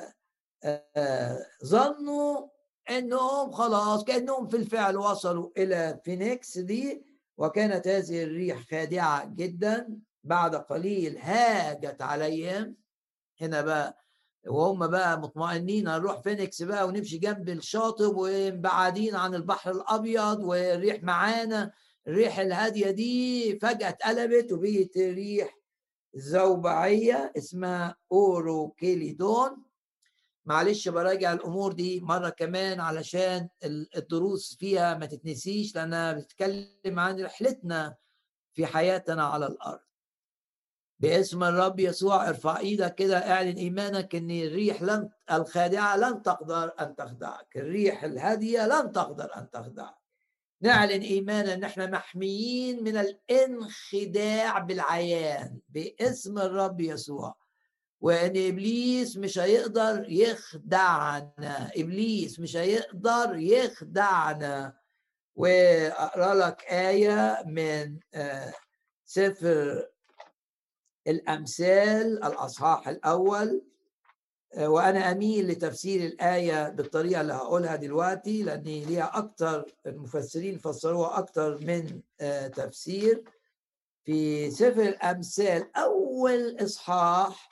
ظنوا انهم خلاص كانهم في الفعل وصلوا الى فينيكس دي. وكانت هذه الريح خادعه جدا. بعد قليل هاجت عليهم. هنا بقى وهم بقى مطمئنين هنروح فينيكس بقى ونمشي جنب الشاطئ وبعادين عن البحر الابيض والريح معانا، الريح الهاديه دي فجاه اتقلبت وبقت ريح زوبعيه اسمها اوروكيليدون. معلش براجع الامور دي مره كمان علشان الدروس فيها ما تتنسيش، لانها بتتكلم عن رحلتنا في حياتنا على الارض. باسم الرب يسوع ارفع ايدك كده، اعلن ايمانك ان الريح الخادعه لن تقدر ان تخدعك، الريح الهاديه لن تقدر ان تخدعك. نعلن ايمانا ان احنا محميين من الانخداع بالعيان باسم الرب يسوع، وان ابليس مش هيقدر يخدعنا، ابليس مش هيقدر يخدعنا. واقرا لك ايه من سفر الامثال الاصحاح الاول. وانا اميل لتفسير الايه بالطريقه اللي هقولها دلوقتي لان ليها اكتر المفسرين فسروها اكتر من تفسير. في سفر الامثال اول اصحاح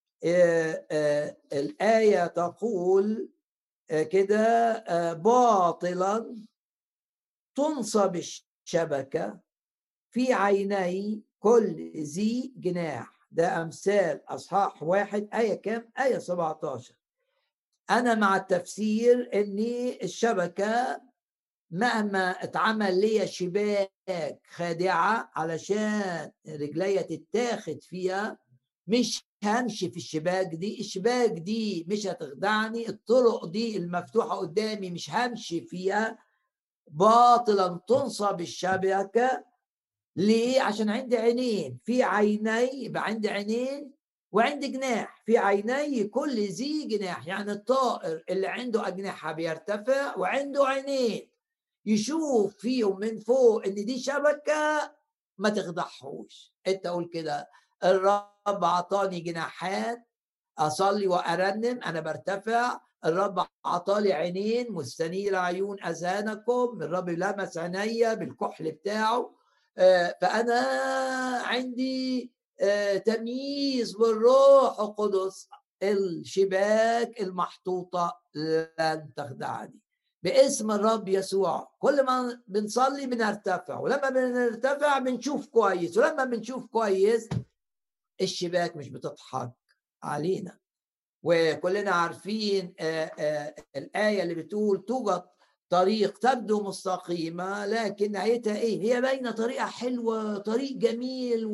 الآية تقول كده: باطلا تنصب الشبكة في عيني كل ذي جناح. ده أمثال أصحاح 1 آية كام؟ آية 17. أنا مع التفسير أن الشبكة مهما اتعمل لي شباك خادعة علشان رجلية تتاخد فيها مش همشي في الشباك دي، الشباك دي مش هتخدعني، الطرق دي المفتوحة قدامي مش همشي فيها. باطلا تنصب الشبكة. ليه؟ عشان عندي عينين، في عيني يبقى عندي عينين وعندي جناح. في عيني كل ذي جناح، يعني الطائر اللي عنده أجنحة بيرتفع وعنده عينين يشوف فيهم من فوق ان دي شبكة ما تخدعهوش. انت قول كده: الرب عطاني جناحات اصلي وارنم، انا برتفع. الرب عطالي عينين مستنير عيون اذهانكم، الرب لمس عينيا بالكحل بتاعه. فانا عندي تمييز بالروح القدس. الشباك المحطوطة لن تخدعني. باسم الرب يسوع كل ما بنصلي بنرتفع، ولما بنرتفع بنشوف كويس، ولما بنشوف كويس الشباك مش بتضحك علينا. وكلنا عارفين الآية اللي بتقول توجد طريق تبدو مستقيمة لكن نهايتها ايه؟ هي باينة طريقة حلوة، طريق جميل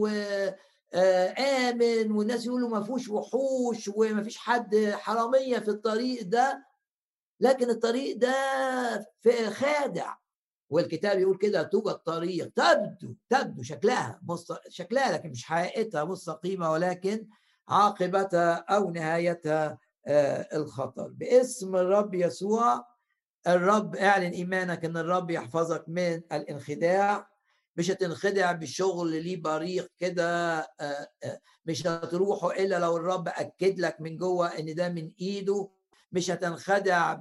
وآمن، والناس يقولوا ما فيهوش وحوش وما فيش حد حرامية في الطريق ده، لكن الطريق ده في خادع. والكتاب يقول كده توجد طريق تبدو شكلها لكن مش حقيقتها مستقيمة، ولكن عاقبتها أو نهايتها الخطر. باسم الرب يسوع، الرب اعلن إيمانك أن الرب يحفظك من الانخداع. مش هتنخدع بشغل ليه بريق كده، مش هتروحوا إلا لو الرب أكد لك من جوه أن ده من إيده. مش هتنخدع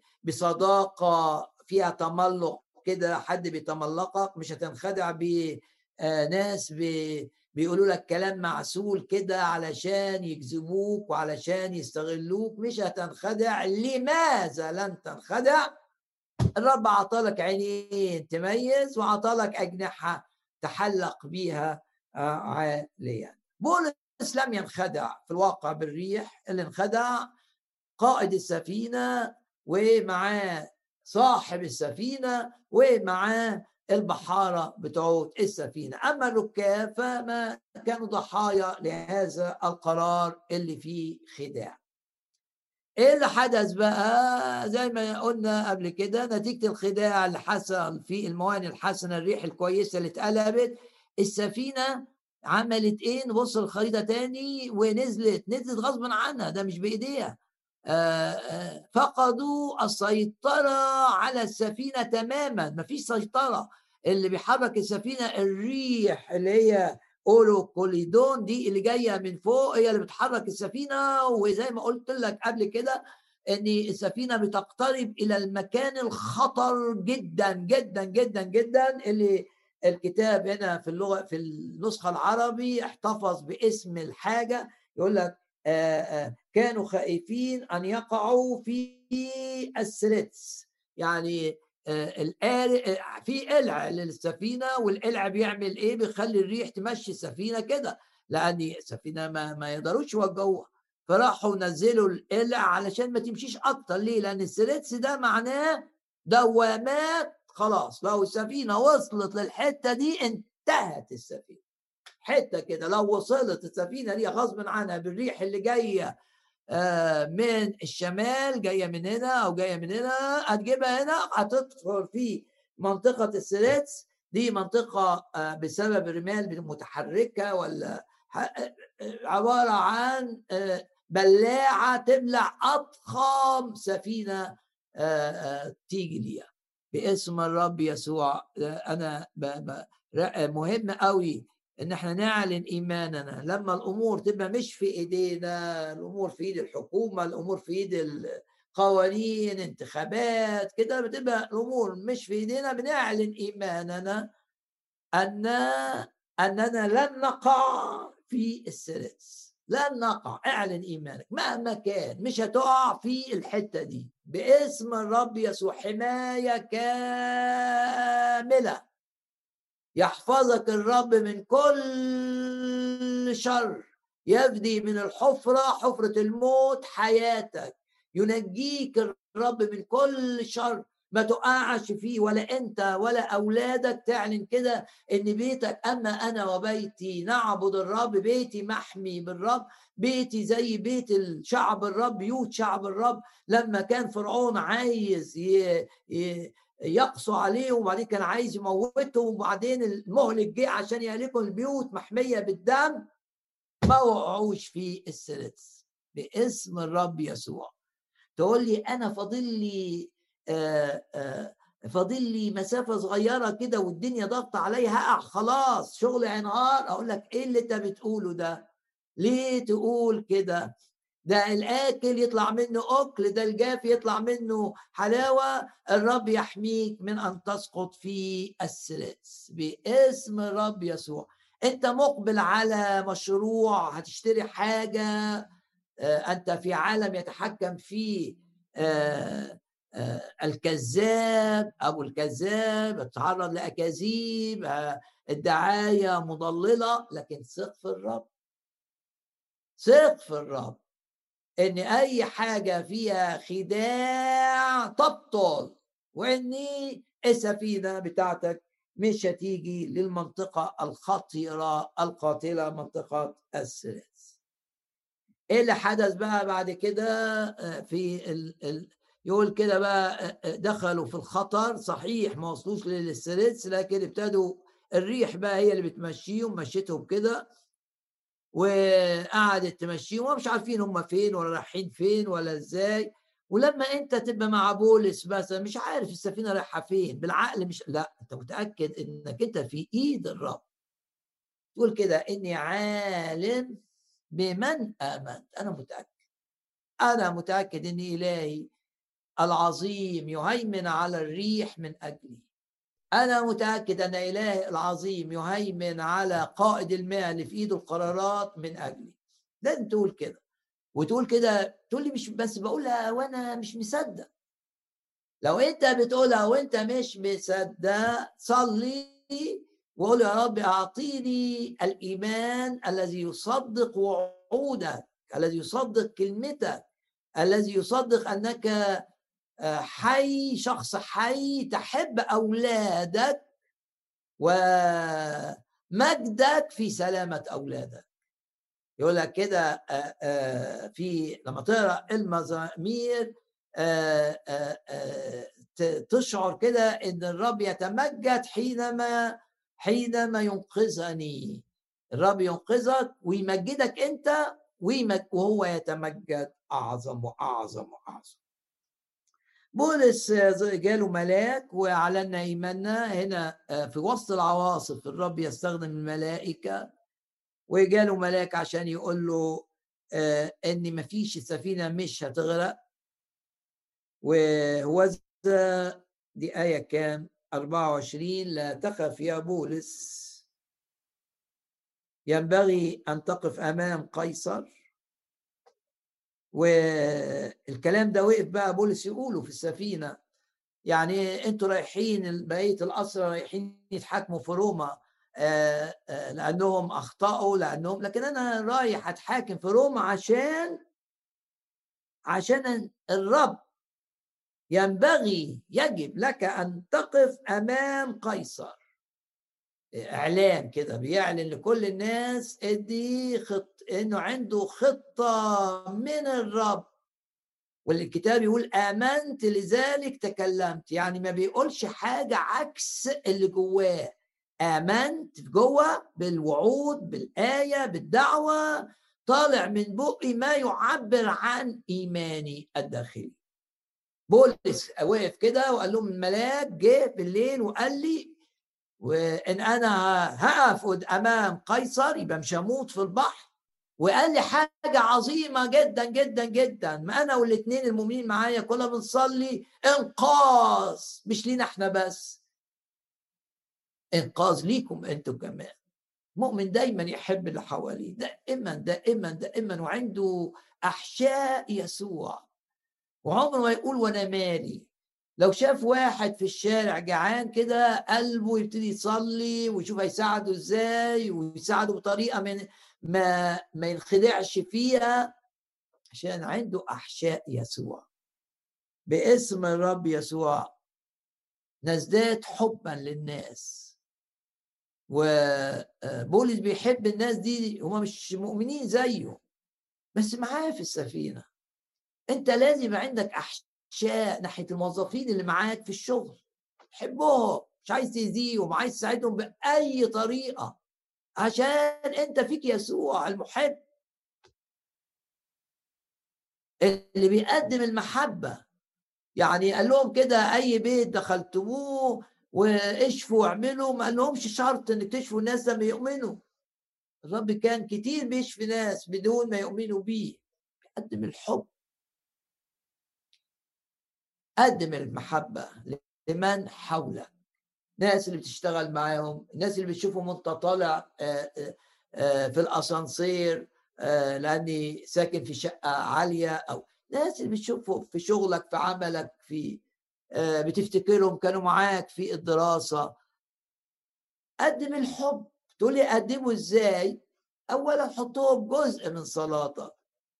بصداقة فيها تملق كده، حد بيتملقك. مش هتنخدع بناس بيقولوا لك كلام معسول كده علشان يجذبوك وعلشان يستغلوك. مش هتنخدع. لماذا لن تنخدع؟ الرب عطالك عينين تميز، وعطالك أجنحة تحلق بيها عاليا. بولس لم ينخدع في الواقع بالريح، اللي انخدع قائد السفينة ومعاه صاحب السفينة ومعاه البحارة بتوع السفينة. أما الركاب فما كانوا ضحايا لهذا القرار اللي فيه خداع. ايه اللي حدث بقى؟ زي ما قلنا قبل كده، نتيجة الخداع اللي حصل في الموانئ الحسنة، الريح الكويسة اللي اتقلبت، السفينة عملت ايه؟ نبص الخريطة تاني، نزلت غصب عنها، ده مش بإيديها. فقدوا السيطرة على السفينة تماما، مفيش سيطرة. اللي بيحرك السفينة الريح اللي هي اولو كوليدون دي اللي جايه من فوق، هي اللي بتحرك السفينه. وزي ما قلت لك قبل كده ان السفينه بتقترب الى المكان الخطر جدا جدا جدا جدا، اللي الكتاب هنا في اللغه في النسخه العربي احتفظ باسم الحاجه. يقول لك كانوا خائفين ان يقعوا في السريتس، يعني في قلع للسفينه، والقلع بيعمل ايه؟ بيخلي الريح تمشي السفينه كده، لان السفينه ما يقدروش يوجهوها. فراحوا نزلوا القلع علشان ما تمشيش اكتر. ليه؟ لان السريتس ده معناه دوامات. خلاص لو السفينه وصلت للحته دي انتهت السفينه. حته كده لو وصلت السفينه دي غصب عنها بالريح اللي جايه من الشمال، جايه من هنا او جايه من هنا، هتجيبها هنا، هتدخل في منطقه السريتس دي. منطقه بسبب الرمال المتحركه ولا عباره عن بلاعه تبلع اضخم سفينه تيجي ليها. باسم الرب يسوع انا مهم قوي ان احنا نعلن ايماننا. لما الامور تبقى مش في ايدينا، الامور في ايد الحكومه، الامور في ايد القوانين، انتخابات كده، بتبقى الامور مش في ايدينا، بنعلن ايماننا اننا لن نقع في السرس. لن نقع. اعلن ايمانك مهما كان، مش هتقع في الحته دي. باسم الرب يسوع حمايه كامله. يحفظك الرب من كل شر، يفدي من حفرة الموت حياتك، ينجيك الرب من كل شر ما تقعش فيه، ولا انت ولا اولادك. تعلن كده ان بيتك، اما انا وبيتي نعبد الرب، بيتي محمي بالرب. بيتي زي بيت الشعب الرب، بيوت شعب الرب. لما كان فرعون عايز يقصوا عليه، وبعدين كان عايز يموته، وبعدين المهلك جه عشان يهلكوا، البيوت محمية بالدم، ما وقعوش في السرس. باسم الرب يسوع. تقول لي انا فاضل لي مسافة صغيرة كده والدنيا ضغط عليا، هقع خلاص شغل هينهار. اقول لك ايه اللي انت بتقوله ده؟ ليه تقول كده؟ ده الآكل يطلع منه أكل، ده الجاف يطلع منه حلاوة. الرب يحميك من أن تسقط في السرس باسم الرب يسوع. أنت مقبل على مشروع، هتشتري حاجة أنت في عالم يتحكم فيه الكذاب أو الكذاب، يتعرض لأكاذيب، الدعاية مضللة، لكن ثق في الرب. ثق في الرب ان اي حاجه فيها خداع تبطل، وان السفينه بتاعتك مش هتيجي للمنطقه الخطيره القاتله، منطقه السويس. ايه اللي حدث بقى بعد كده؟ في يقول كده بقى دخلوا في الخطر، صحيح ما وصلوش للسويس، لكن ابتدوا الريح بقى هي اللي بتمشيهم، مشيتهم كده وقعدت تمشيهم ومش عارفين هم فين ولا رايحين فين ولا ازاي. ولما انت تبقى مع بولس مثلا مش عارف السفينه رايحه فين بالعقل، مش لا، انت متاكد انك انت في ايد الرب. تقول كده اني عالم بمن امنت. انا متاكد ان الهي العظيم يهيمن على الريح من اجلي. أنا متأكد أن إله العظيم يهيمن على قائد الماء اللي في إيده القرارات من أجلي. لازم تقول كده، وتقول كده، تقول لي مش بس بقولها وأنا مش مصدق. لو أنت بتقولها وأنت مش مصدق صلي وقول يا رب أعطيني الإيمان الذي يصدق وعودك، الذي يصدق كلمتك، الذي يصدق أنك حي، شخص حي تحب أولادك ومجدك في سلامة أولادك. يقول لك كده في لما تقرأ المزامير تشعر كده إن الرب يتمجد حينما ينقذني. الرب ينقذك ويمجدك أنت، وهو يتمجد أعظم وأعظم وأعظم. بولس جاله ملاك وأعلن إيماننا. هنا في وسط العواصف الرب يستخدم الملائكة، وجاله ملاك عشان يقول له إن مفيش السفينة مش هتغرق. وهو دي آية كام 24: لا تخف يا بولس، ينبغي أن تقف أمام قيصر. والكلام ده وقف بقى بولس يقوله في السفينة، يعني انتوا رايحين بقيه الاسرى رايحين يتحاكموا في روما لانهم اخطاوا، لكن انا رايح اتحاكم في روما عشان الرب يجب لك ان تقف امام قيصر. اعلان كده بيعلن لكل الناس انه عنده خطه من الرب. والكتاب يقول آمنت لذلك تكلمت، يعني ما بيقولش حاجة عكس اللي جواه. آمنت جوه بالوعود، بالآية، بالدعوة، طالع من بقي ما يعبر عن إيماني الداخلي. بولس وقف كده وقال لهم الملاك جه بالليل وقال لي وإن أنا هقف أمام قيصر يبقى مش هموت في البحر. وقال لي حاجة عظيمة جدا جدا جدا، ما أنا والاثنين المؤمنين معايا كنا بنصلي إنقاذ مش لينا إحنا بس، إنقاذ ليكم أنتم كمان. مؤمن دايما يحب اللي حواليه، دائما دائما دائما، وعنده أحشاء يسوع، وعمره ما يقول وأنا مالي. لو شاف واحد في الشارع جعان كده قلبه يبتدي يصلي ويشوف هيساعده ازاي، ويساعده بطريقه ما ينخدعش فيها، عشان عنده احشاء يسوع. باسم الرب يسوع نزداد حبا للناس. وبولس بيحب الناس دي، هم مش مؤمنين زيه بس معاه في السفينه. انت لازم يبقى عندك احشاء ناحيه الموظفين اللي معاك في الشغل، حبهم، مش عايز تأذيهم، عايز تساعدهم بأي طريقة، عشان انت فيك يسوع المحب اللي بيقدم المحبة. يعني قال لهم كده أي بيت دخلتموه واشفوا واعملوا، ما قال لهمش شرط انك تشفوا الناس لما يؤمنوا. الرب كان كتير بيشفي ناس بدون ما يؤمنوا بيه. قدم الحب، قدم المحبة لمن حولك، الناس اللي بتشتغل معاهم، الناس اللي بتشوفهم وانت طالع في الاسانسير لاني ساكن في شقه عاليه، او ناس اللي بتشوفهم في شغلك، في عملك، في بتفتكرهم كانوا معاك في الدراسه. قدم الحب. تقول لي اقدمه ازاي؟ اولا حطهم جزء من صلاتك،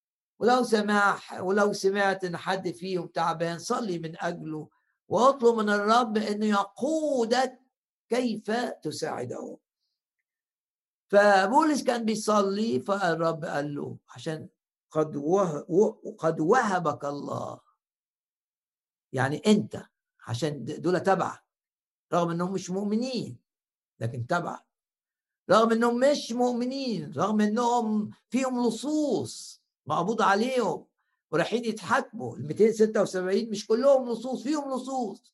ولو سمعت ان حد فيهم تعبان صلي من اجله، واطلب من الرب انه يقودك كيف تساعده. فبولس كان بيصلي، فالرب قال له عشان قد وهبك الله، يعني انت، عشان دول تبعك، رغم انهم مش مؤمنين لكن تبعك، رغم انهم مش مؤمنين، رغم انهم فيهم لصوص مقبوض عليهم ورايحين يتحاكموا. ال 276 مش كلهم لصوص، فيهم لصوص،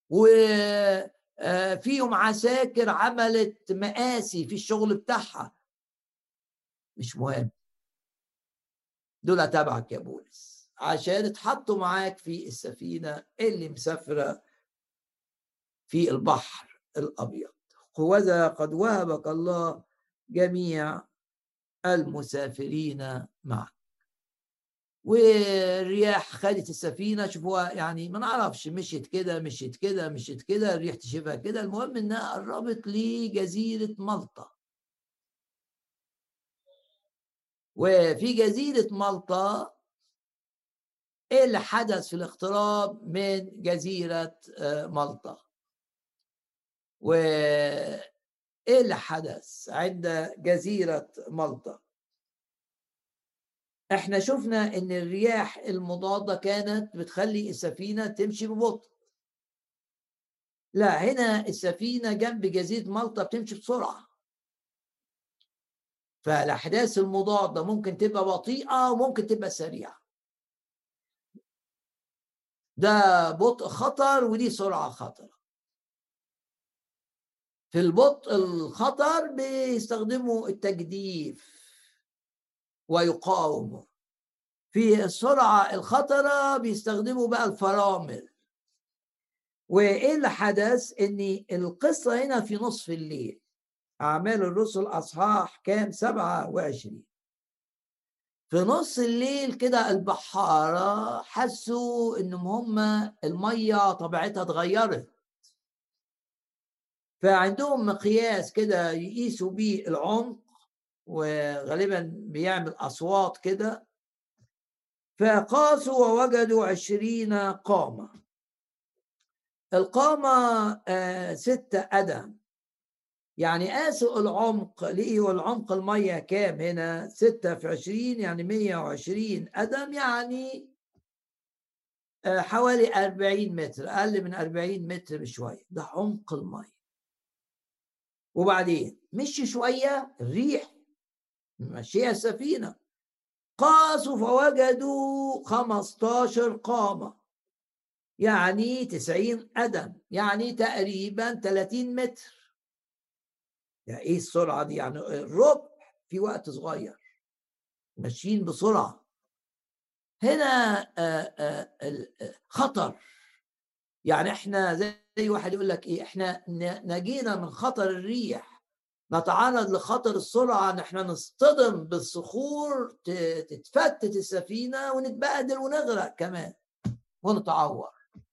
وفيهم عساكر عملت مآسي في الشغل بتاعها. مش مهم، دول تبعك يا بولس عشان اتحطوا معاك في السفينة اللي مسافرة في البحر الأبيض. هوذا قد وهبك الله جميع المسافرين معك. والرياح خدت السفينة، شوفوها يعني ما نعرفش، مشيت كده مشيت كده مشيت كده، الريح تشوفها كده، المهم انها قربت لجزيرة مالطا. وفي جزيرة مالطا ايه اللي حدث في الاقتراب من جزيرة مالطا؟ وايه اللي حدث عند جزيرة مالطا؟ احنا شفنا ان الرياح المضادة كانت بتخلي السفينة تمشي ببطء. لا، هنا السفينة جنب جزيرة مالطا بتمشي بسرعة. فالأحداث المضادة ممكن تبقى بطيئة وممكن تبقى سريعة. ده بطء خطر ودي سرعة خطر. في البطء الخطر بيستخدموا التجديف ويقاوموا. في السرعة الخطرة بيستخدموا بقى الفرامل. وإيه اللي حدث؟ إن القصة هنا في نصف الليل. أعمال الرسل أصحاح كام؟ 27. في نص الليل كده البحارة حسوا إنهم هم المية طبيعتها اتغيرت، فعندهم مقياس كده يقيسوا بيه العمق، وغالبا بيعمل أصوات كده. فقاسوا ووجدوا 20 قامة. القامة 6 قدم. يعني قاسوا العمق، لقيوا العمق المية كام هنا؟ 6 في 20 يعني 120 قدم، يعني حوالي 40 متر، أقل من 40 متر بشوية. ده عمق المية. وبعدين مشي شوية، الريح مشيها السفينة، قاسوا فوجدوا 15 قامة، يعني 90 قدم، يعني تقريبا 30 متر. يعني ايه السرعة دي؟ يعني الربع في وقت صغير، ماشيين بسرعة. هنا خطر. يعني احنا زي واحد يقول لك ايه، احنا نجينا من خطر الريح، نتعرض لخطر السرعة ان احنا نصطدم بالصخور، تتفتت السفينة ونتبهدل ونغرق كمان ونتعور.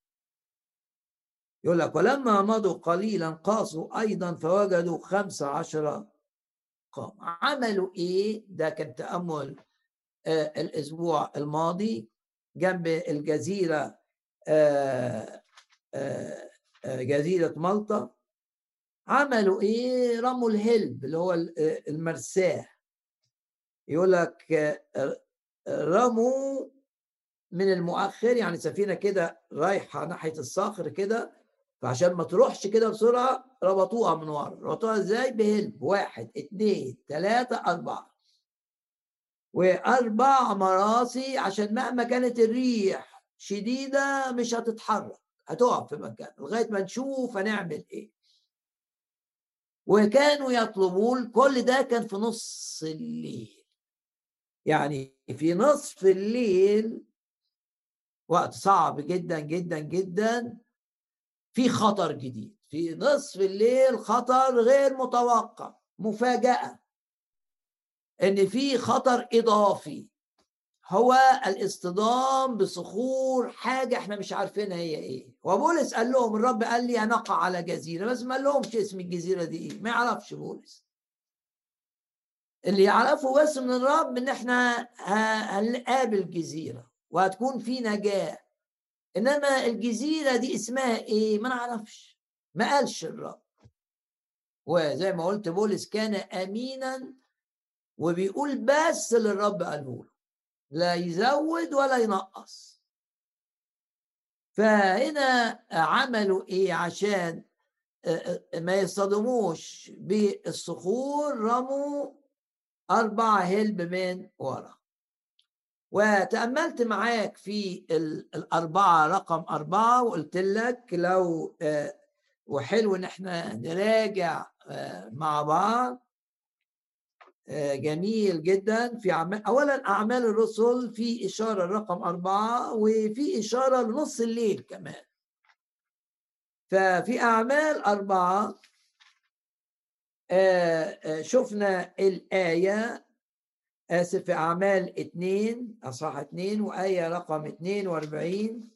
يقول لك ولما مضوا قليلا قاسوا ايضا فوجدوا 15 قام. عملوا ايه؟ ده كان تأمل الاسبوع الماضي جنب الجزيرة، جزيرة مالطا. عملوا ايه؟ رموا الهلب اللي هو المرساه. يقول لك رموا من المؤخر، يعني سفينة كده رايحة ناحية الصخر كده، فعشان ما تروحش كده بسرعة ربطوها من ورا. ربطوها ازاي؟ بهلب. 1 2 3 4، و4 مراسي، عشان مهما كانت الريح شديدة مش هتتحرك، هتقف في مكان لغاية ما نشوف هنعمل ايه. وكانوا يطلبون، كل ده كان في نص الليل. يعني في نصف الليل، وقت صعب جدا جدا جدا، في خطر جديد. في نصف الليل خطر غير متوقع، مفاجأة. ان في خطر اضافي، هو الاصطدام بصخور حاجه احنا مش عارفينها هي ايه. وبولس قال لهم الرب قال لي هنقع على جزيره، بس ما لهمش اسم الجزيره دي ايه، ما يعرفش بولس. اللي يعرفه بس من الرب ان احنا هنقابل جزيره وهتكون في نجاه، انما الجزيره دي اسمها ايه ما نعرفش، ما قالش الرب. وزي ما قلت بولس كان امينا وبيقول بس اللي الرب قاله له، لا يزود ولا ينقص. فهنا عملوا ايه عشان ما يصطدموش بالصخور؟ رموا 4 هلب من ورا. وتأملت معاك في الأربعة، رقم 4، وقلت لك لو وحلو ان احنا نراجع مع بعض. جميل جدا. في اولا اعمال الرسل في اشاره رقم 4 وفي اشاره لنص الليل كمان. ففي اعمال 4 شفنا الايه، اسف، في اعمال 2 اصحاح 2 وايه رقم 42،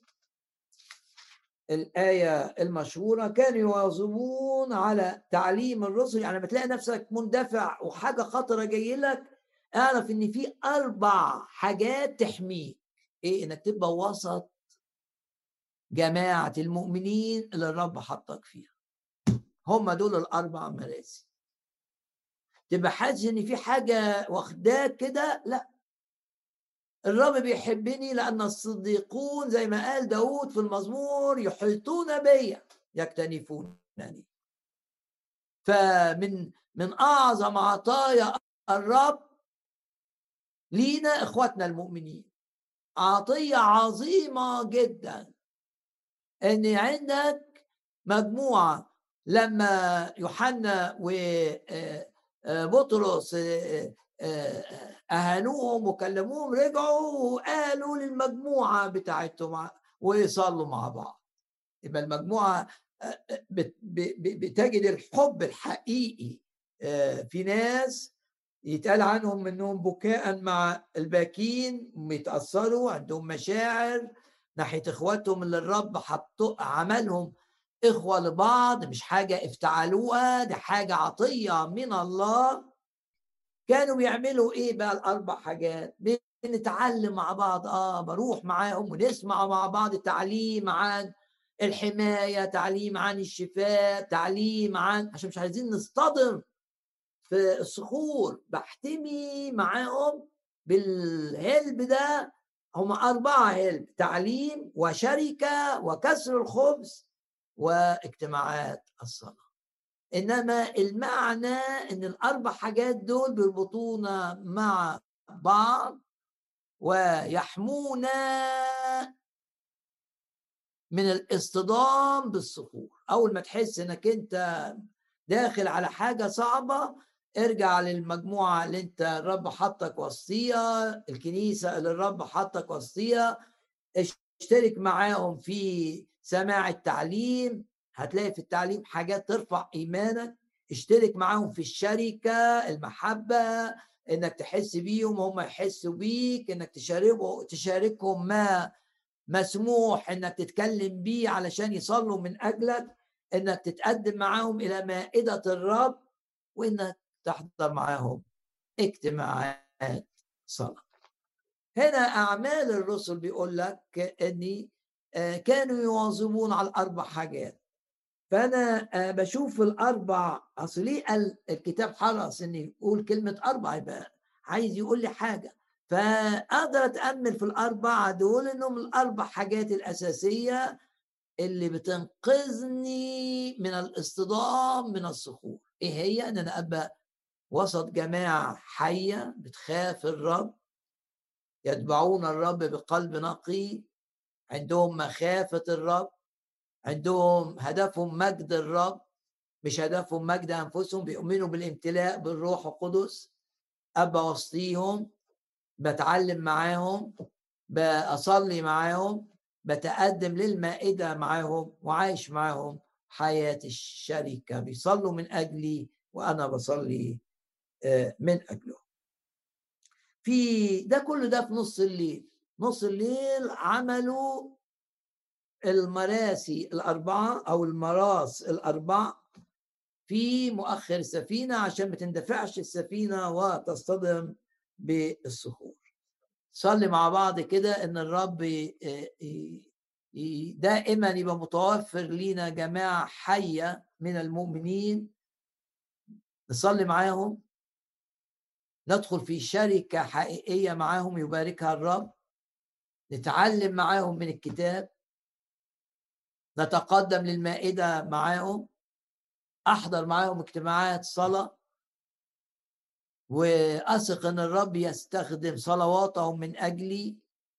الآية المشهورة: كانوا يواظبون على تعليم الرسل. يعني لما تلاقي نفسك مندفع وحاجة خطرة جاي لك، اعرف ان في 4 حاجات تحميك. ايه؟ انك تبقى وسط جماعة المؤمنين اللي الرب حطك فيها. هم دول ال4 مراسي. تبقى حاسس ان في حاجة واخداك كده، لا، الرب بيحبني لأن الصديقون زي ما قال داود في المزمور يحيطون بي يكتنفونني. فمن أعظم عطايا الرب لينا إخواتنا المؤمنين، عطية عظيمة جدا أن عندك مجموعة. لما يوحنا وبطرس أهانوهم وكلموهم، رجعوا وقالوا للمجموعة بتاعتهم ويصلوا مع بعض. يبقى المجموعة بتجد الحب الحقيقي. في ناس يتقال عنهم انهم بكاء مع الباكين، بيتأثروا، عندهم مشاعر ناحية اخواتهم اللي الرب عملهم اخوة لبعض، مش حاجة افتعلوها، ده حاجة عطية من الله. كانوا بيعملوا ايه بقى ال4 حاجات؟ بنتعلم مع بعض، بروح معاهم ونسمع مع بعض تعليم عن الحماية، تعليم عن الشفاء، تعليم عن، عشان مش عايزين نصطدم في الصخور، بحتمي معاهم بالهلب ده. هم 4 هلب: تعليم وشركة وكسر الخبز واجتماعات الصلاة. إنما المعنى إن ال4 حاجات دول بيربطونا مع بعض ويحمونا من الاصطدام بالصخور. أول ما تحس إنك أنت داخل على حاجة صعبة، ارجع للمجموعة اللي أنت الرب حطك وسطيها، الكنيسة اللي الرب حطك وسطيها، اشترك معاهم في سماع التعليم، هتلاقي في التعليم حاجات ترفع إيمانك. اشترك معاهم في الشركة، المحبة، انك تحس بيهم هم يحسوا بيك، انك تشاركهم ما مسموح انك تتكلم بيه علشان يصلوا من اجلك، انك تتقدم معاهم الى مائدة الرب، وانك تحضر معاهم اجتماعات صلاة. هنا أعمال الرسل بيقول لك أني كانوا يواظبون على ال4 حاجات. فأنا بشوف ال4، أصل ليه الكتاب حرص أن يقول كلمة 4؟ يبقى عايز يقول لي حاجة. فأقدر أتأمل في ال4 دول أنهم ال4 حاجات الأساسية اللي بتنقذني من الاصطدام من الصخور. إيه هي؟ أن أنا أبقى وسط جماعة حية بتخاف الرب، يتبعون الرب بقلب نقي، عندهم مخافة الرب، عندهم هدفهم مجد الرب، مش هدفهم مجد أنفسهم، بيؤمنوا بالامتلاء بالروح القدس. أبقى وسطيهم، بتعلم معاهم، بأصلي معاهم، بتقدم للمائدة معاهم، وعايش معاهم حياة الشركة. بيصلوا من أجلي وأنا بصلي من أجلهم. ده كله ده في نص الليل. نص الليل عملوا المراسي الأربعة أو المراس الأربع في مؤخر السفينة عشان ما تندفعش السفينة وتصطدم بالصخور. صلي مع بعض كده إن الرب دائما يبقى متوفر لينا جماعة حية من المؤمنين نصلي معاهم، ندخل في شركة حقيقية معاهم يباركها الرب، نتعلم معاهم من الكتاب، نتقدم للمائدة معاهم، أحضر معاهم اجتماعات صلاة، وأثق أن الرب يستخدم صلواتهم من أجلي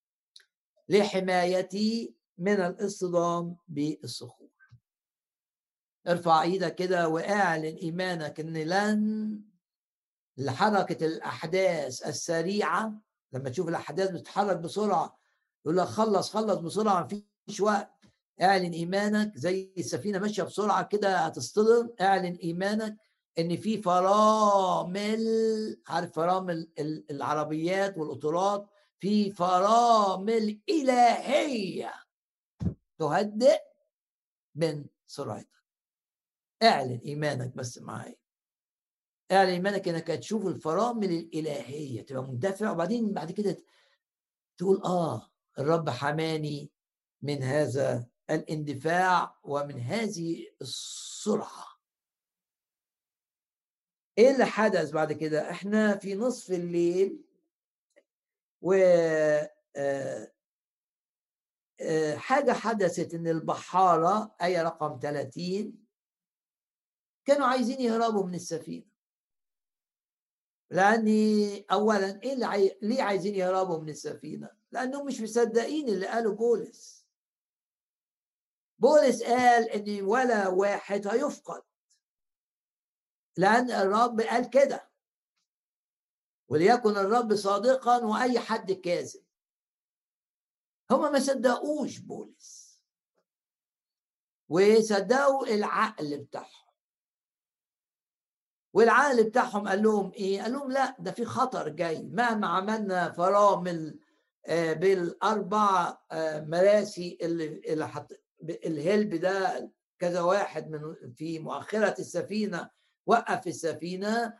لحمايتي من الاصطدام بالصخور. ارفع ايدك كده واعلن إيمانك أن لن لحركة الأحداث السريعة، لما تشوف الأحداث بتتحرك بسرعة يقول لك خلص بسرعة مفيش وقت، اعلن إيمانك زي السفينة ماشية بسرعة كده هتصطدم. اعلن إيمانك ان في فرامل، عارف فرامل العربيات والقطارات، في فرامل إلهية تهدئ من سرعتك. اعلن إيمانك بس معايا، اعلن إيمانك انك هتشوف الفرامل الإلهية تبقى مندفع، وبعدين بعد كده تقول الرب حماني من هذا الاندفاع ومن هذه السرعة. ايه اللي حدث بعد كده؟ احنا في نصف الليل و حاجة حدثت ان البحارة آية رقم 30 كانوا عايزين يهربوا من السفينة. لأن أولا إيه ليه عايزين يهربوا من السفينة؟ لأنهم مش مصدقين اللي قاله بولس. بولس قال إن ولا واحد هيفقد، لأن الرب قال كده، وليكن الرب صادقا وأي حد كاذب. هم ما صدقوش بولس وصدقوا العقل بتاعهم، والعقل بتاعهم قال لهم ايه؟ قال لهم لا، ده في خطر جاي مهما عملنا فرامل بالاربع مراسي اللي الهلب ده كذا واحد من في مؤخرة السفينة وقف السفينة،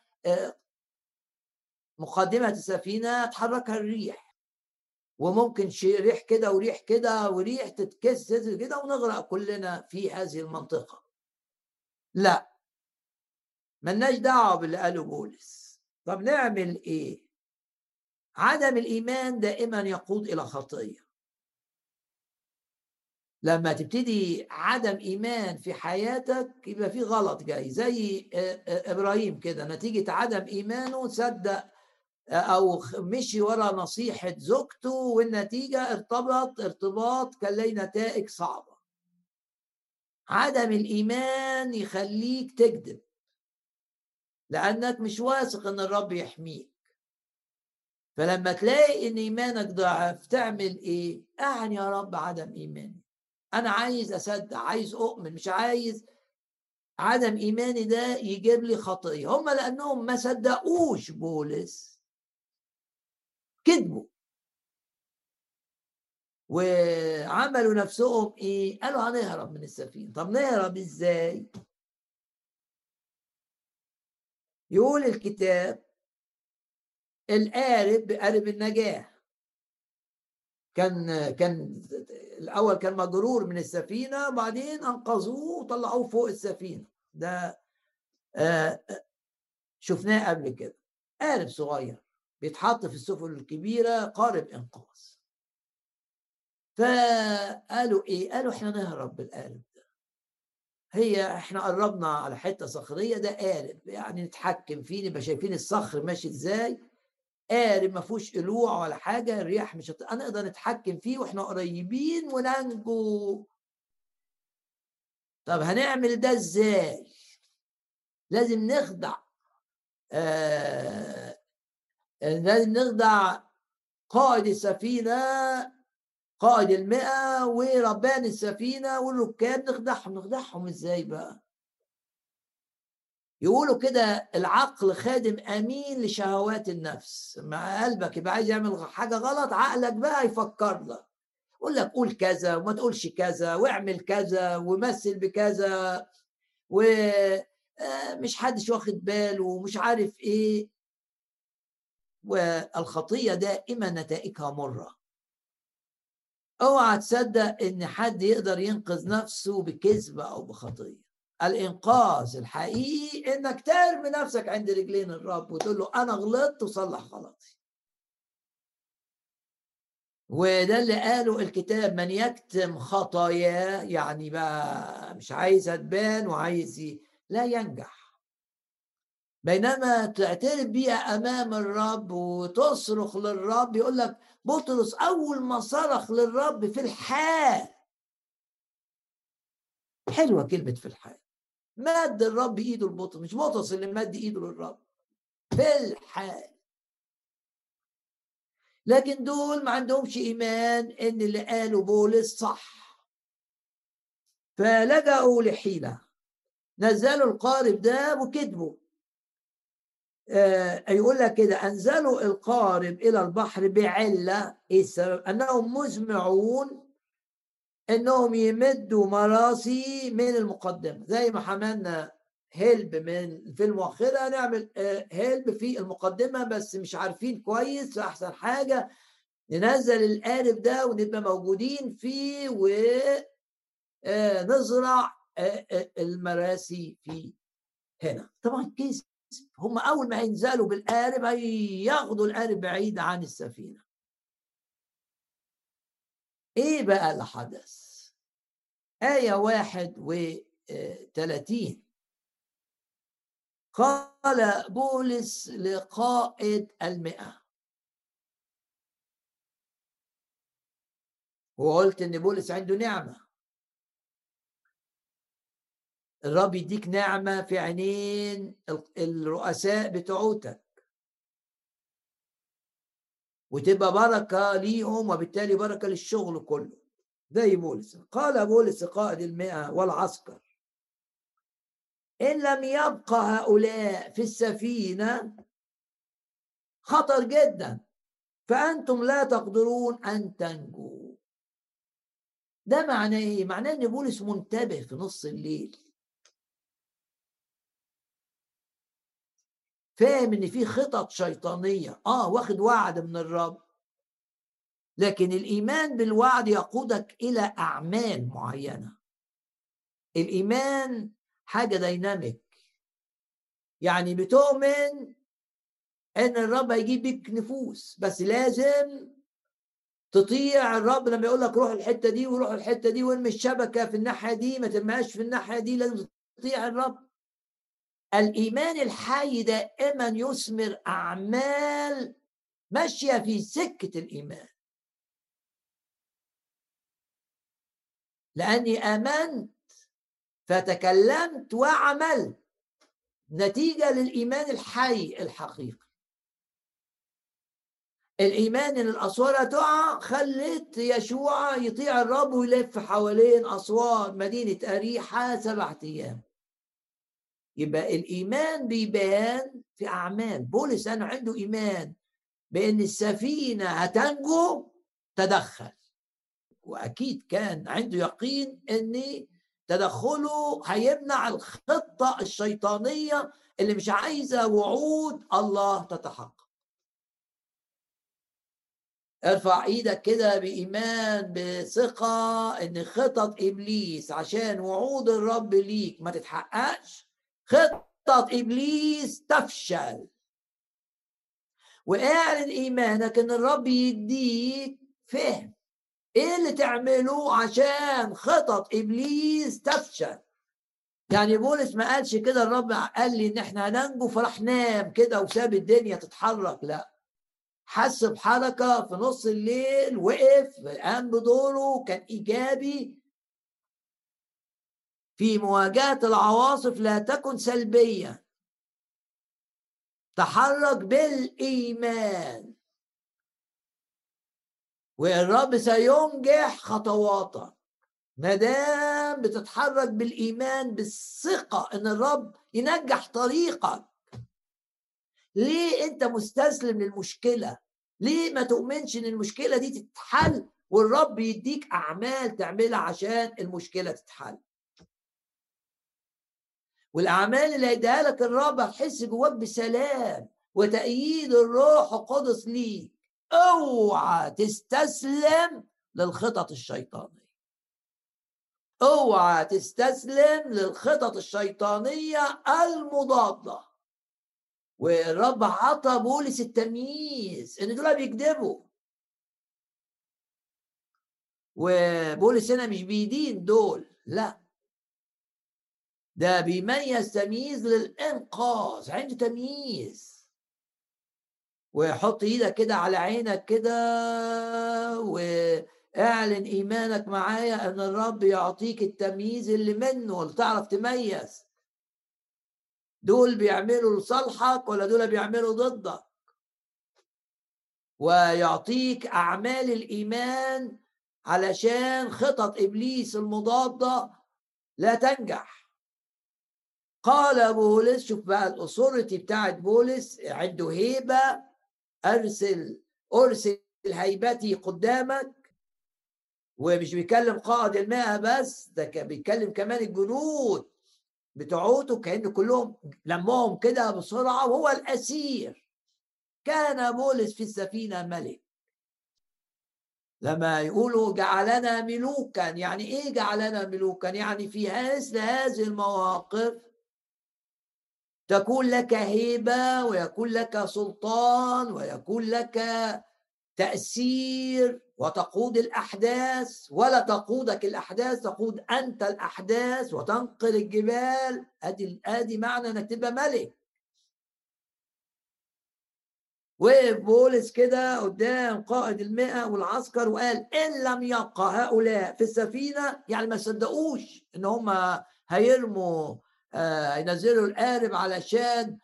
مقدمة السفينة تحركها الريح، وممكن ريح كده وريح كده وريح تتكسر كده ونغرق كلنا في هذه المنطقة. لا، ملناش دعوة باللي قاله بولس. طب نعمل ايه؟ عدم الإيمان دائما يقود إلى خطية. لما تبتدي عدم إيمان في حياتك يبقى في غلط جاي، زي إبراهيم كده، نتيجة عدم إيمانه صدق أو مشي ورا نصيحة زوجته، والنتيجة ارتباط كان ليه نتائج صعبة. عدم الإيمان يخليك تكذب لأنك مش واثق إن الرب يحميك. فلما تلاقي إن إيمانك ضعف تعمل إيه؟ أعني يا رب عدم إيماني، أنا عايز أصدق، عايز أؤمن، مش عايز عدم إيماني ده يجيب لي خطية. هم لأنهم ما صدقوش بولس كذبوا وعملوا نفسهم إيه؟ قالوا هنهرب من السفينة. طب نهرب إزاي؟ يقول الكتاب قارب النجاة كان الأول كان مجرور من السفينة، وبعدين أنقذوه وطلعوه فوق السفينة. ده شفناه قبل كده، قارب صغير بيتحط في السفن الكبيرة، قارب إنقاذ. فقالوا إيه؟ قالوا إحنا نهرب بالقارب ده. إحنا قربنا على حتة صخرية، ده قارب يعني نتحكم فيه، نبقى شايفين الصخر ماشي إزاي، قارب ما فيهوش قلوع ولا حاجة، الرياح مش هنقدر نتحكم فيه وإحنا قريبين وننجو. طب هنعمل ده إزاي؟ لازم نخدع لازم نخدع قائد السفينة، قائد 100 وربان السفينة والركاب، نخدعهم ازاي بقى؟ يقولوا كده العقل خادم امين لشهوات النفس. مع قلبك يبقى عايز يعمل حاجه غلط، عقلك بقى يفكر لك، يقول لك قول كذا وما تقولش كذا واعمل كذا ومثل بكذا، ومش حدش واخد باله ومش عارف ايه. والخطيه دائما نتائجها مره. اوعى تصدق ان حد يقدر ينقذ نفسه بكذبه او بخطيه. الانقاذ الحقيقي انك ترمي نفسك عند رجلين الرب وتقول له انا غلطت وصلح غلطي. وده اللي قاله الكتاب، من يكتم خطاياه، يعني بقى مش عايزها تبان وعايز لا ينجح. بينما تعترف بيها امام الرب وتصرخ للرب، يقول لك بطرس اول ما صرخ للرب في الحال. حلوه كلمه في الحال. مد الرب ايده لبطرس، مش بطرس اللي مد ايده للرب، في الحال. لكن دول ما عندهمش ايمان ان اللي قاله بولس صح، فلجأوا لحيلة، نزلوا القارب ده وكذبوا. يقول لك كده انزلوا القارب الى البحر بعله. ايه السبب؟ انهم مزمعون انهم يمدوا مراسي من المقدمه، زي ما حملنا هلب من في المؤخره نعمل هلب في المقدمه، بس مش عارفين كويس. فاحسن حاجه ننزل القارب ده ونبقى موجودين فيه ونزرع المراسي فيه. هنا طبعا كيس، هم اول ما هينزلوا بالقارب هياخدوا القارب بعيد عن السفينه. ايه بقى اللي حدث؟ آية 31: قال بولس لقائد 100. وقلت ان بولس عنده نعمة. الرب يديك نعمة في عينين الرؤساء بتوعتك وتبقى بركة ليهم وبالتالي بركة للشغل كله. زي بولس. قال بولس قائد 100 والعسكر: إن لم يبقى هؤلاء في السفينة خطر جدا، فأنتم لا تقدرون أن تنجوا. ده معناه إيه؟ معناه إن بولس منتبه في نص الليل، فاهم إن في خطط شيطانية. واخد وعد من الرب، لكن الإيمان بالوعد يقودك إلى أعمال معينة. الإيمان حاجة ديناميك، يعني بتؤمن ان الرب هيجيب بيك نفوس، بس لازم تطيع الرب لما يقول لك روح الحته دي وروح الحته دي وارمي الشبكه في الناحيه دي، ما ترميهاش في الناحيه دي. لازم تطيع الرب. الايمان الحي دائما يثمر اعمال ماشيه في سكه الايمان، لاني امنت فتكلمت وعملت نتيجه للايمان الحي الحقيقي. الإيمان إن الأسوار هتقع خلت يشوع يطيع الرب ويلف حوالين أسوار مدينة أريحة 7 أيام. يبقى الإيمان بيبان في أعمال. بولس أنا عنده إيمان بأن السفينة هتنجو، تدخل. وأكيد كان عنده يقين أن تدخله هيمنع الخطة الشيطانية اللي مش عايزة وعود الله تتحقق. ارفع ايدك كده بإيمان بثقة ان خطط ابليس عشان وعود الرب ليك ما تتحققش، خطة ابليس تفشل. واعلن ايمانك ان الرب يديك فهم ايه اللي تعمله عشان خطط ابليس تفشل. يعني بولس ما قالش كده الرب قال لي ان احنا هننجو فراح نام كده وساب الدنيا تتحرك، لا، حس بحركة في نص الليل، وقف، قام بدوره، كان إيجابي في مواجهة العواصف. لا تكن سلبيا، تحرك بالإيمان والرب سينجح خطواتك. ما دام بتتحرك بالإيمان بالثقة إن الرب ينجح طريقك. ليه أنت مستسلم للمشكلة؟ ليه ما تؤمنش إن المشكلة دي تتحل والرب يديك أعمال تعملها عشان المشكلة تتحل؟ والأعمال اللي هيديها لك الرب هتحس جواك بسلام وتأييد الروح القدس ليك. اوعى تستسلم للخطط الشيطانية، اوعى تستسلم للخطط الشيطانية المضادة. والرب عطى بولس التمييز ان دول بيكذبوا، وبولس هنا مش بيدين دول، لا، ده بيميز تمييز للإنقاذ، عنده تمييز. وحط ايدك كده على عينك كده واعلن ايمانك معايا ان الرب يعطيك التمييز اللي منه، اللي تعرف تميز دول بيعملوا لصالحك ولا دول بيعملوا ضدك، ويعطيك اعمال الايمان علشان خطط ابليس المضاده لا تنجح. قال بولس، شوف بقى الاثوريتي بتاعت بولس، عنده هيبه، ارسل هيبتي قدامك. ومش بيكلم قائد المئة بس، ده بيكلم كمان الجنود بتوعوته، كأنه كلهم لمهم كده بسرعة وهو الأسير. كان بولس في السفينة ملك. لما يقولوا جعلنا ملوكا، يعني ايه جعلنا ملوكا؟ يعني في مثل هذه المواقف تكون لك هيبة ويكون لك سلطان ويكون لك تأثير وتقود الأحداث، ولا تقودك الأحداث، تقود أنت الأحداث وتنقل الجبال. أدي معنى أنك تبقى ملك. وقف بولس كده قدام قائد المئة والعسكر وقال إن لم يبقى هؤلاء في السفينة، يعني ما صدقوش إن هم هيرموا ينزلوا القارب علشان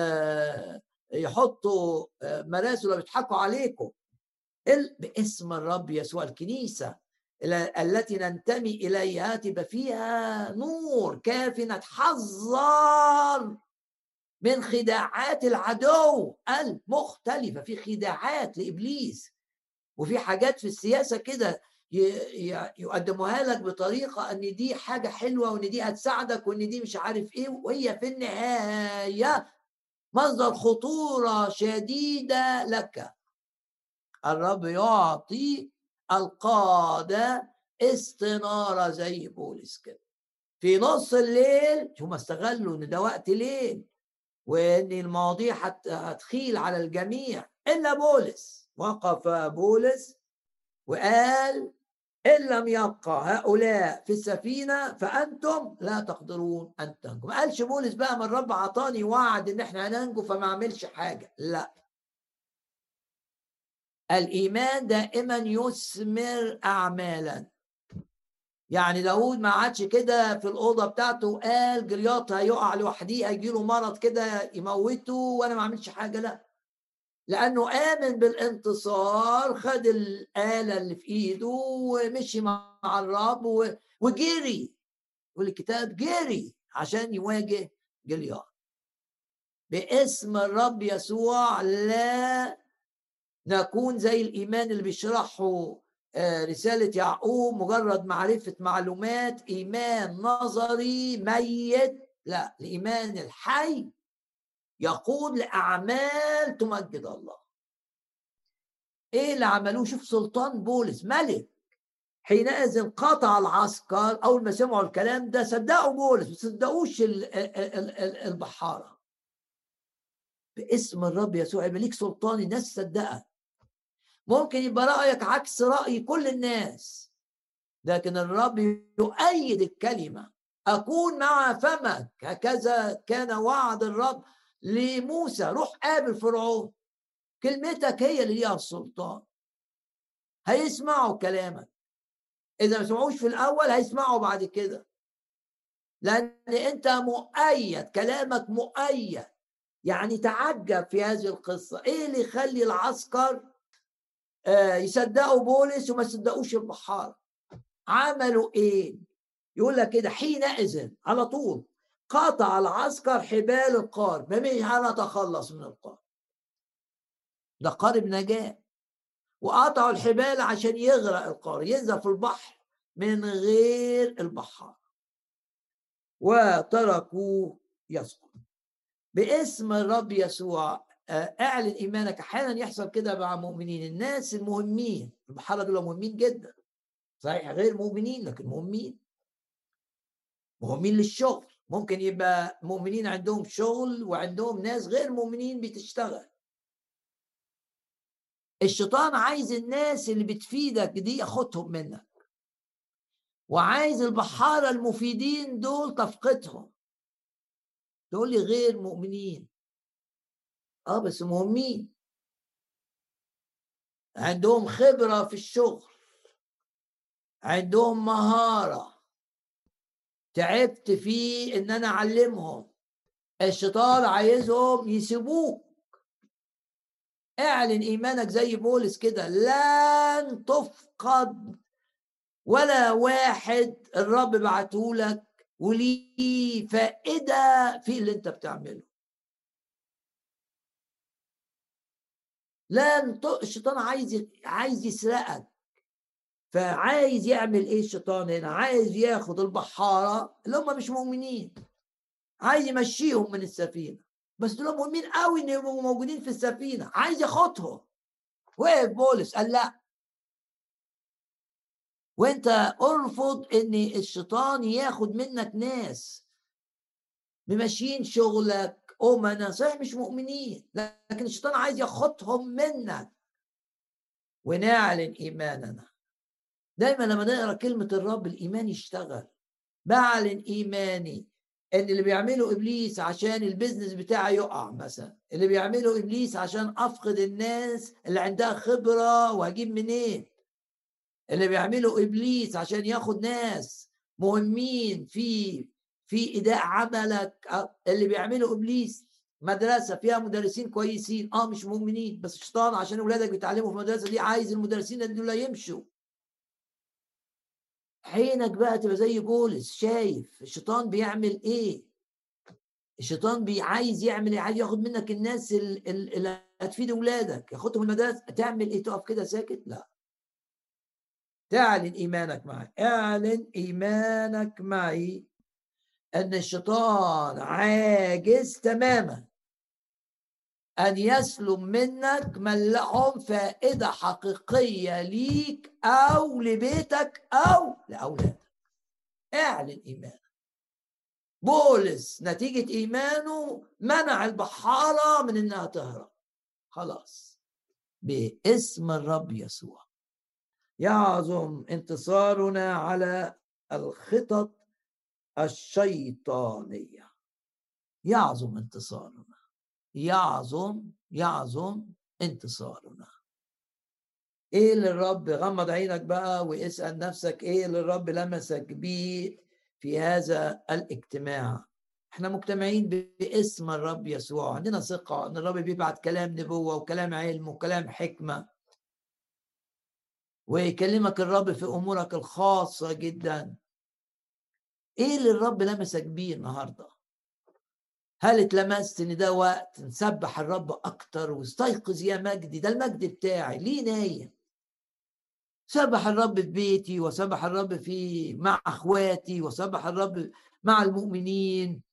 يحطوا مراسل ويضحكوا عليكم. باسم الرب يسوع الكنيسة التي ننتمي إليها تبقى فيها نور كافي نتحذر من خداعات العدو المختلفة. في خداعات لإبليس، وفي حاجات في السياسة كده يقدموها لك بطريقة ان دي حاجة حلوة وان دي هتساعدك وان دي مش عارف ايه، وهي في النهاية مصدر خطورة شديدة لك. الرب يعطي القادة استنارة زي بولس كده في نص الليل. هم استغلوا ان ده وقت ليل وان المواضيع هتخيل على الجميع الا بولس. وقف بولس وقال ان لم يبقى هؤلاء في السفينه فانتم لا تقدرون ان تنجوا. ما قالش بولس بقى ما الرب عطاني وعد ان احنا هننجو فما اعملش حاجه، لا. الايمان دائما يثمر اعمالا. يعني داود ما عادش كده في الأوضة بتاعته قال جلياط هيقع لوحديه هيجيله مرض كده يموته وأنا ما عملش حاجة، لا، لأنه آمن بالانتصار، خد الآلة اللي في إيده ومشي مع الرب وجري. يقول الكتاب جري عشان يواجه جلياط. باسم الرب يسوع لا نكون زي الإيمان اللي بيشرحه رسالة يعقوب، مجرد معرفة معلومات، إيمان نظري ميت. لا، الإيمان الحي يقود لأعمال تمجد الله. إيه اللي عملوه؟ شوف سلطان بولس ملك. حينئذ قطع العسكر أول ما سمعوا الكلام ده، صدقوا بولس ما صدقوش البحارة. باسم الرب يسوع يبقى ليك سلطان الناس صدقك. ممكن يبقى رأيك عكس رأي كل الناس، لكن الرب يؤيد الكلمة. أكون مع فمك، هكذا كان وعد الرب لموسى، روح قابل فرعون. كلمتك هي اللي ليها السلطان. هيسمعوا كلامك، إذا ما سمعوش في الأول هيسمعوا بعد كده، لأن أنت مؤيد، كلامك مؤيد. يعني تعجب في هذه القصة، إيه اللي يخلي العسكر يصدقوا بولس وما يصدقوش البحارة؟ عملوا ايه؟ يقول لك كده حينئذ على طول قطع العسكر حبال القار، ما مش هنتخلص من القار، ده قارب نجاة، وقطعوا الحبال عشان يغرق القار، ينزل في البحر من غير البحار، وتركوه يسقط. باسم الرب يسوع اعلن ايمانك. احيانا يحصل كده مع مؤمنين، الناس المهمين، البحاره دول مهمين جدا، صحيح غير مؤمنين لكن مهمين، مهمين للشغل. ممكن يبقى مؤمنين عندهم شغل وعندهم ناس غير مؤمنين بتشتغل. الشيطان عايز الناس اللي بتفيدك دي ياخدهم منك، وعايز البحارة المفيدين دول تفقدهم. تقول لي غير مؤمنين، بس مهمين، عندهم خبرة في الشغل، عندهم مهارة، تعبت في ان انا اعلمهم. الشيطان عايزهم يسيبوك. اعلن ايمانك زي بولس كده، لن تفقد ولا واحد الرب بعته لك وليه فائدة في اللي انت بتعمله. الشيطان عايز يسرقك. فعايز يعمل ايه الشيطان هنا؟ عايز ياخد البحارة اللي هم مش مؤمنين، عايز يمشيهم من السفينة، بس دول مهمين قوي ان يبقوا موجودين في السفينة، عايز ياخدهم. وقف بولس قال لا، وانت ارفض ان الشيطان ياخد منك ناس ممشيين شغلك أمنا صحيح مش مؤمنين، لكن الشيطان عايز ياخدهم منك. ونعلن إيماننا دايما لما نقرأ كلمة الرب الإيمان يشتغل. بعلن إيماني ان اللي بيعمله ابليس عشان البيزنس بتاعي يقع مثلا، اللي بيعمله ابليس عشان افقد الناس اللي عندها خبرة وهجيب منين، اللي بيعمله ابليس عشان ياخد ناس مهمين في اداء عملك، اللي بيعمله ابليس مدرسه فيها مدرسين كويسين مش مؤمنين، بس الشيطان عشان اولادك بيتعلموا في المدرسه دي عايز المدرسين دول يمشوا. حينك بقى تبقى زي بولس شايف الشيطان بيعمل ايه. الشيطان عايز يعمل ايه؟ عايز ياخد منك الناس اللي هتفيد اولادك، ياخدهم المدارس. تعمل ايه؟ تقف كده ساكت؟ لا، تعلن ايمانك معي. اعلن ايمانك معي ان الشيطان عاجز تماما ان يسلم منك من لهم فائده حقيقيه ليك او لبيتك او لاولادك. اعلن ايمانك. بولس نتيجه ايمانه منع البحاره من انها تهرب. خلاص، باسم الرب يسوع يعظم انتصارنا على الخطط الشيطانية. يعظم انتصارنا، يعظم انتصارنا. ايه اللي الرب، غمض عينك بقى واسأل نفسك ايه اللي الرب لمسك بيه في هذا الاجتماع. احنا مجتمعين باسم الرب يسوع، عندنا ثقة ان الرب بيبعت كلام نبوة وكلام علم وكلام حكمة، ويكلمك الرب في امورك الخاصة جدا. ايه اللي الرب لمسك بيه النهارده؟ هل اتلمست ان ده وقت نسبح الرب اكتر واستيقظ يا مجدي، ده المجد بتاعي، ليه نايم؟ سبح الرب في بيتي، وسبح الرب مع اخواتي، وسبح الرب مع المؤمنين.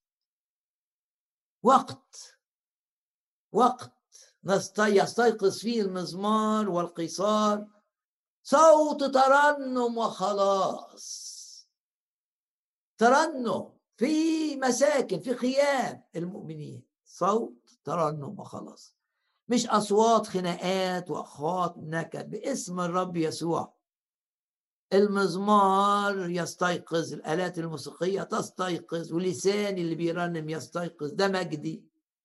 وقت يستيقظ فيه المزمار والقيثار، صوت ترنم وخلاص. ترنم في مساكن، في خيام المؤمنين، صوت ترنم وخلاص، مش أصوات خناقات وأخوات نكد. باسم الرب يسوع المزمار يستيقظ، الآلات الموسيقية تستيقظ، ولساني اللي بيرنم يستيقظ، ده مجدي.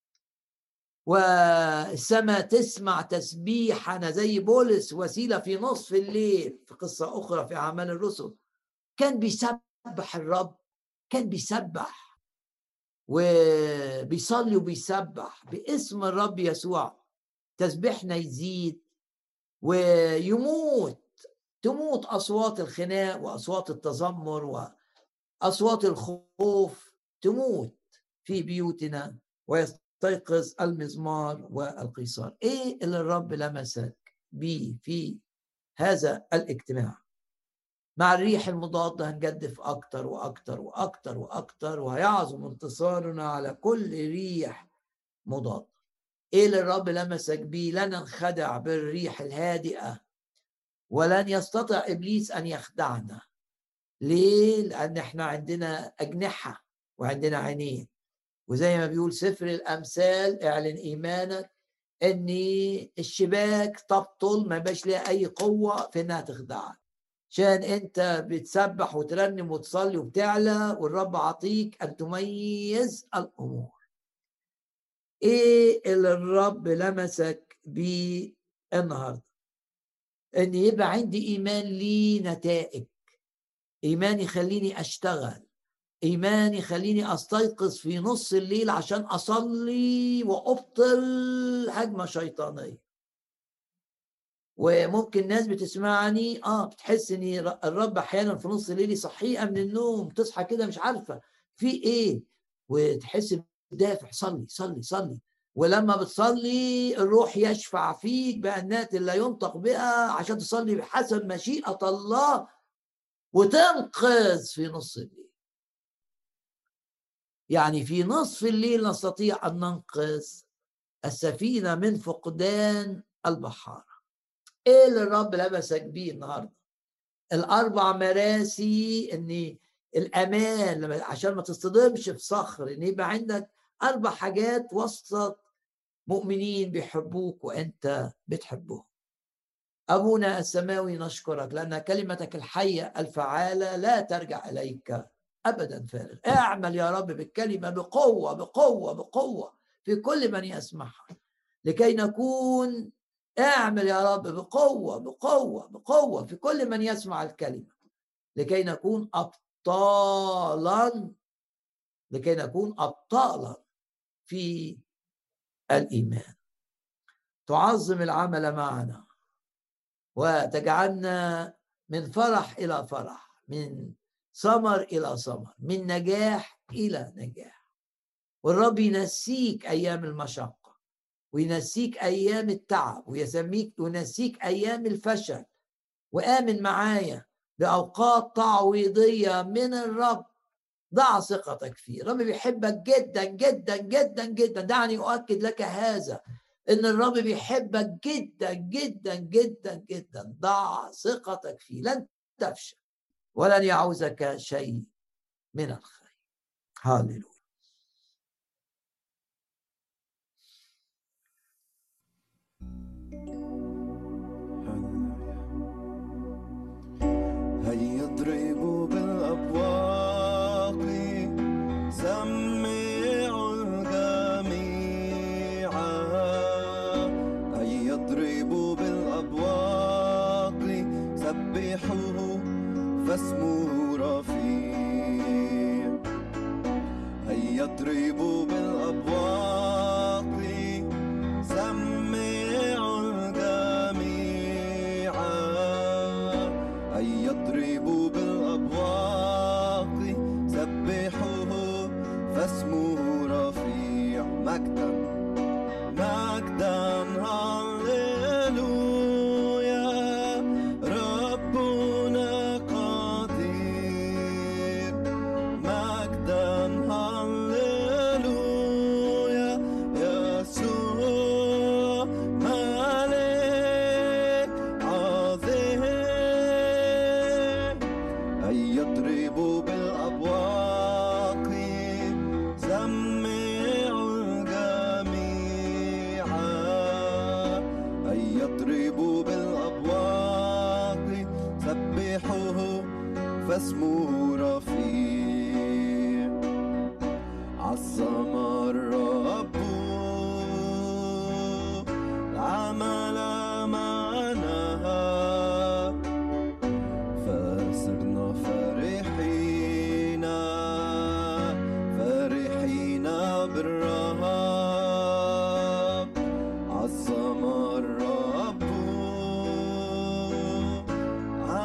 والسماء تسمع تسبيحنا زي بولس وسيلة في نصف الليل في قصة أخرى في أعمال الرسل كان بيسبح الرب، كان بيسبح وبيصلي وبيسبح باسم الرب يسوع. تسبيحنا يزيد ويموت تموت أصوات الخناق وأصوات التذمر وأصوات الخوف، تموت في بيوتنا ويستيقظ المزمار والقيصار. إيه اللي الرب لمسك بيه في هذا الاجتماع؟ مع الريح المضادة هنجدف أكتر وأكتر وأكتر وأكتر، وهيعظم انتصارنا على كل ريح مضادة. إيه اللي الرب لمسك بيه؟ لن ننخدع بالريح الهادئة، ولن يستطيع إبليس أن يخدعنا. ليه؟ لأن احنا عندنا أجنحة وعندنا عينين، وزي ما بيقول سفر الأمثال اعلن إيمانك أن الشباك تبطل، ما يبقاش لها أي قوة في أنها تخدعك، عشان أنت بتسبح وترنم وتصلي وبتعلى، والرب عطيك أن تميز الأمور. إيه اللي الرب لمسك بيه النهاردة؟ أن يبقى عندي إيمان لي نتائج، إيمان يخليني أشتغل، إيمان يخليني أستيقظ في نص الليل عشان أصلي وأبطل هجمة شيطانية. وممكن ناس بتسمعني بتحس ان الرب احيانا في نص الليل يصحيها من النوم، تصحى كده مش عارفه في ايه، وتحس بدافع صلي صلي صلي. ولما بتصلي الروح يشفع فيك بأنات لا ينطق بها عشان تصلي بحسب مشيئة الله وتنقذ في نص الليل. يعني في نصف الليل نستطيع أن ننقذ السفينة من فقدان البحارة. ايه اللي الرب لمسك بيه النهارده؟ الاربع مراسي، ان الامان عشان ما تصطدمش في صخر، ان يبقى عندك 4 حاجات وسط مؤمنين بيحبوك وانت بتحبهم. ابونا السماوي نشكرك لان كلمتك الحيه الفعاله لا ترجع اليك ابدا فارغ. اعمل يا رب بالكلمه بقوه بقوه بقوه في كل من يسمعها، لكي نكون، اعمل يا رب بقوة بقوة بقوة في كل من يسمع الكلمة، لكي نكون أبطالا في الإيمان. تعظم العمل معنا وتجعلنا من فرح إلى فرح، من ثمر إلى ثمر، من نجاح إلى نجاح. والرب ينسيك أيام المشقة، وينسيك أيام التعب، وينسيك أيام الفشل. وآمن معايا بأوقات تعويضية من الرب. ضع ثقتك فيه، الرب بيحبك جدا جدا جدا جدا. دعني أؤكد لك هذا، إن الرب بيحبك جدا جدا جدا جدا. ضع ثقتك فيه، لن تفشل ولن يعوزك شيء من الخير. هاليلويا. هيضربوا بالأبواق سمعوا الجميع، هيضربوا بالأبواق سبحوه فاسمه رفيع. هيضربوا بالأبواق سمعوا الجميع، هيضربوا بالأبواق سبحوه فاسمه رفيع. مجدا مجدا هللويا، ربنا قدير. مجدا هللويا، يسوع ملك عظيم. هيضربوا بالأبواق سمعوا الجميع، هيضربوا بالأبواق سبحوه فاسمه رفيع. عظم الرب العمل معنا، فصرنا فرحين فرحين بالرب. عظم الرب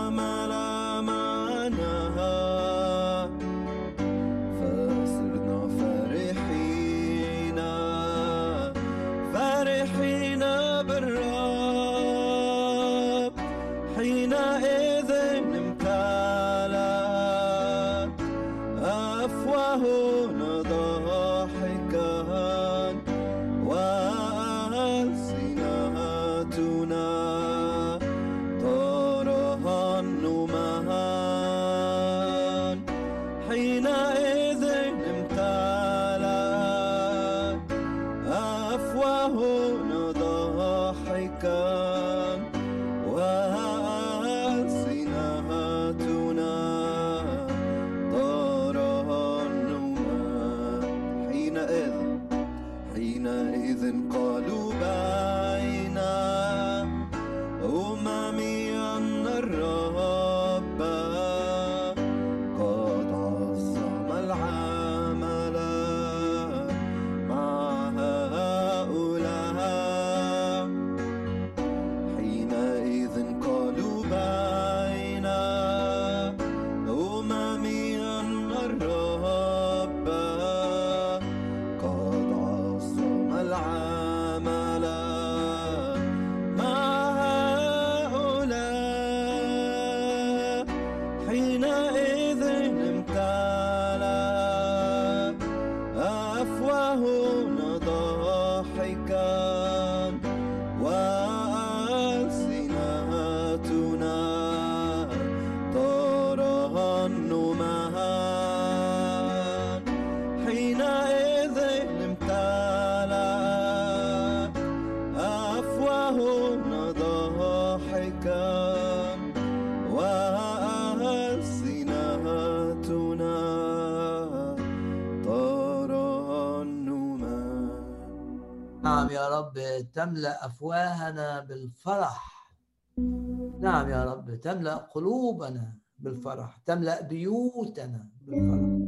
نعم يا رب تملأ أفواهنا بالفرح. نعم يا رب تملأ قلوبنا بالفرح، تملأ بيوتنا بالفرح.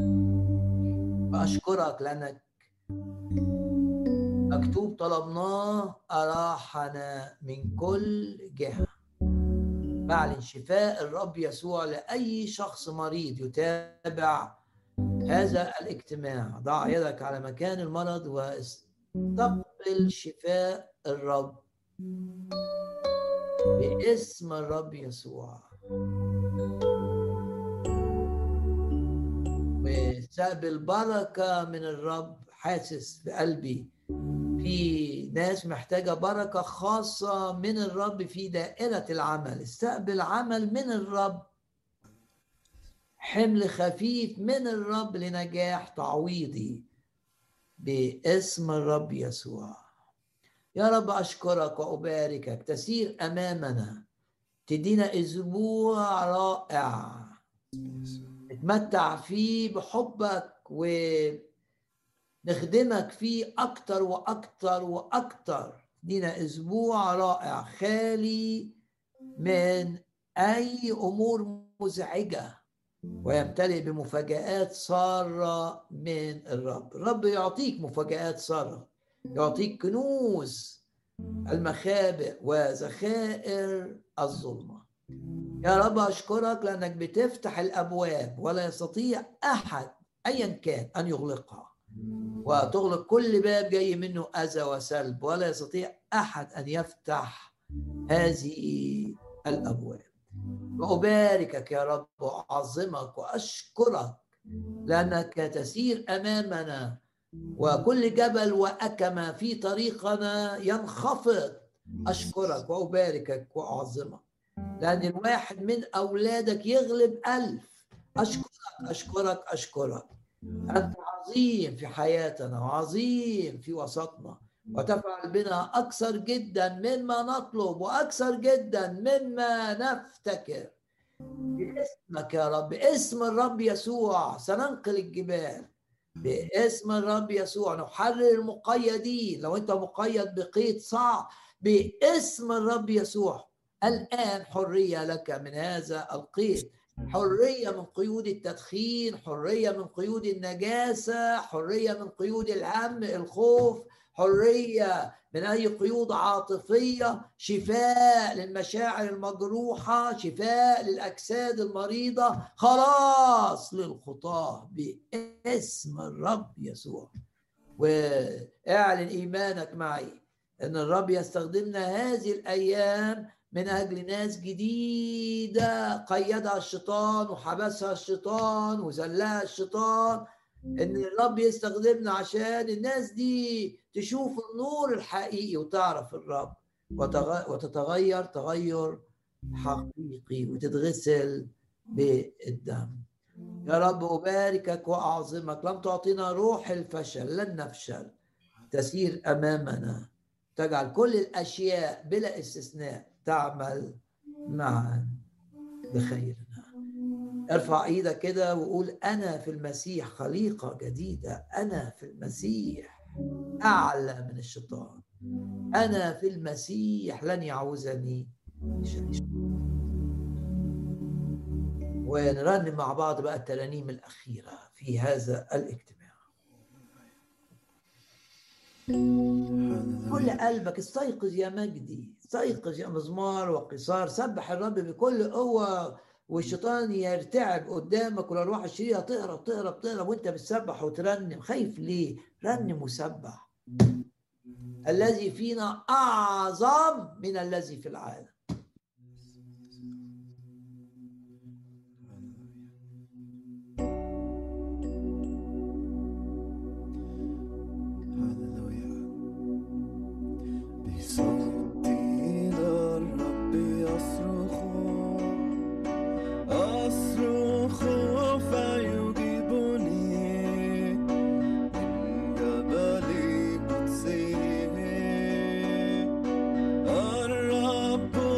وأشكرك لأنك مكتوب طلبناه أراحنا من كل جهة. بعلن شفاء الرب يسوع لأي شخص مريض يتابع هذا الاجتماع. ضع يدك على مكان المرض واستقبل شفاء الرب باسم الرب يسوع. واستقبل بركة من الرب. حاسس بقلبي في ناس محتاجة بركة خاصة من الرب في دائرة العمل. استقبل عمل من الرب، حمل خفيف من الرب لنجاح تعويضي باسم الرب يسوع. يا رب أشكرك وأباركك. تسير أمامنا، تدينا أسبوع رائع نتمتع فيه بحبك ونخدمك فيه أكتر وأكتر وأكتر. تدينا أسبوع رائع خالي من أي أمور مزعجة ويمتلئ بمفاجآت سارة من الرب. الرب يعطيك مفاجآت سارة، يعطيك كنوز المخابئ وذخائر الظلمة. يا رب أشكرك لأنك بتفتح الأبواب ولا يستطيع أحد أيا كان أن يغلقها، وتغلق كل باب جاي منه أذى وسلب، ولا يستطيع أحد أن يفتح هذه الأبواب. وأباركك يا رب وأعظمك وأشكرك لأنك تسير أمامنا، وكل جبل وأكمة في طريقنا ينخفض. أشكرك وأباركك وأعظمك لأن الواحد من أولادك يغلب 1000. أشكرك أشكرك أشكرك. أنت عظيم في حياتنا وعظيم في وسطنا، وتفعل بنا أكثر جدا مما نطلب وأكثر جدا مما نفتكر. باسمك يا رب، باسم الرب يسوع سننقل الجبال. باسم الرب يسوع نحرر المقيدين. لو أنت مقيد بقيد صعب، باسم الرب يسوع الآن حرية لك من هذا القيد. حرية من قيود التدخين، حرية من قيود النجاسة، حرية من قيود الهم الخوف، حرية من أي قيود عاطفية، شفاء للمشاعر المجروحة، شفاء للأجساد المريضة، خلاص للخطاة باسم الرب يسوع. واعلن إيمانك معي أن الرب يستخدمنا هذه الأيام من أجل ناس جديدة قيدها الشيطان وحبسها الشيطان وذلها الشيطان. إن الرب يستخدمنا عشان الناس دي تشوف النور الحقيقي وتعرف الرب وتتغير تغير حقيقي وتتغسل بالدم. يا رب أباركك وأعظمك. لم تعطينا روح الفشل، لن نفشل. تسير أمامنا، تجعل كل الأشياء بلا استثناء تعمل معا بخيرنا. ارفع ايدك كده وقول أنا في المسيح خليقة جديدة. أنا في المسيح أعلى من الشيطان. أنا في المسيح لن يعوزني شيء. ونرنم مع بعض بقى الترانيم الأخيرة في هذا الاجتماع. كل قلبك استيقظ يا مجدي، استيقظ يا مزمار وقصار. سبح الرب بكل قوة والشيطان يرتعب قدامك، والأرواح الشريرة تهرب تهرب تهرب وانت بتسبح وترنم. خايف ليه؟ رنم وسبح. الذي فينا أعظم من الذي في العالم. الرب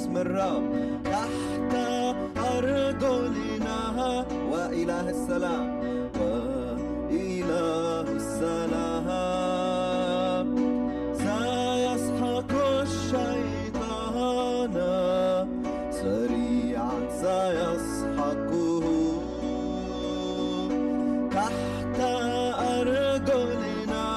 باسم الرب تحت أرجلنا. وإله السلام وإله السلام سيسحق الشيطان سريعا سيسحقه تحت أرجلنا.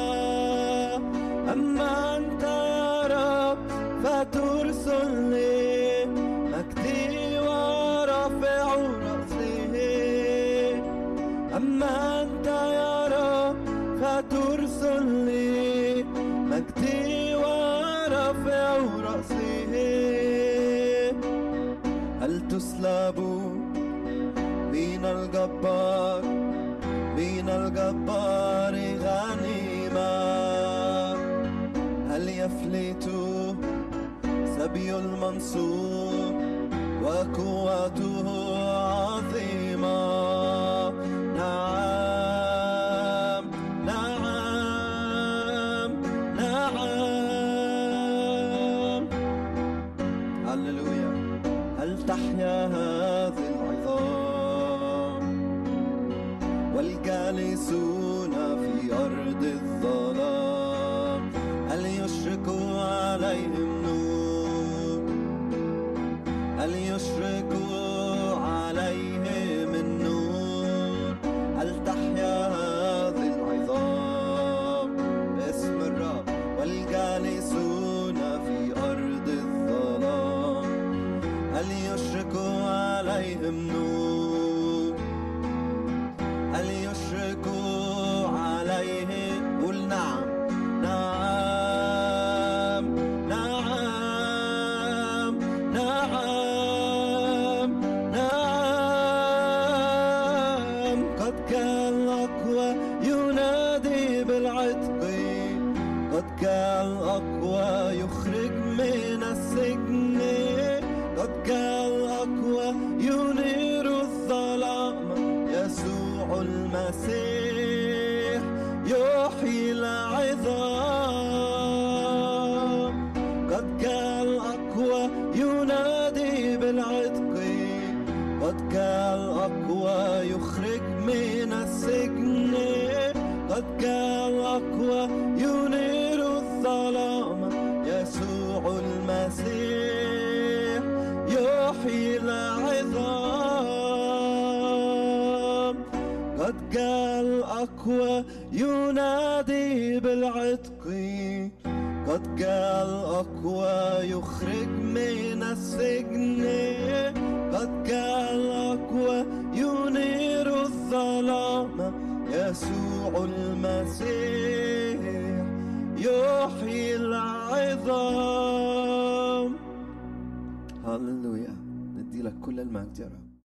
أما أنت يا رب فترسل لي مجدي ورافع رأسي. أما أنت يا رب فترسل لي مجدي ورافع رأسي. هل تسلب من الجبار غنيمة؟ هل يفلت سبي المنصور وقوته عظيمة؟ نعم نعم نعم. هللويا. هل تحيا هذه العظام والجالسون في أرض الظلام؟ هل يشرق عليهم نور؟ هل يشرق عليهم النور؟ هل تحيا هذه العظام باسم الرب والجالسون في أرض الظلام؟ هل يشرق عليهم نور؟ هل يشرق عليهم؟ قل نعم نعم نعم نعم نعم. قد كان الأقوى ينادي بالعتق، قد كان الأقوى يخرج من السجن، قد كان الأقوى ينير الظلام. يسوع المسيح يحيي العظام. قد كان الأقوى ينادي بالعتق، قد كان الأقوى يخرج من السجن، قد كان الأقوى ينير الظلام. يسوع المسيح يحيي العظام. قد جاء الأقوى ينادي بالعتق، قد جاء الأقوى يخرج من السجن، قد جاء الأقوى ينير الظلام. يسوع المسيح يحيي العظام. هللويا. ندي لك كل المجد يا رب.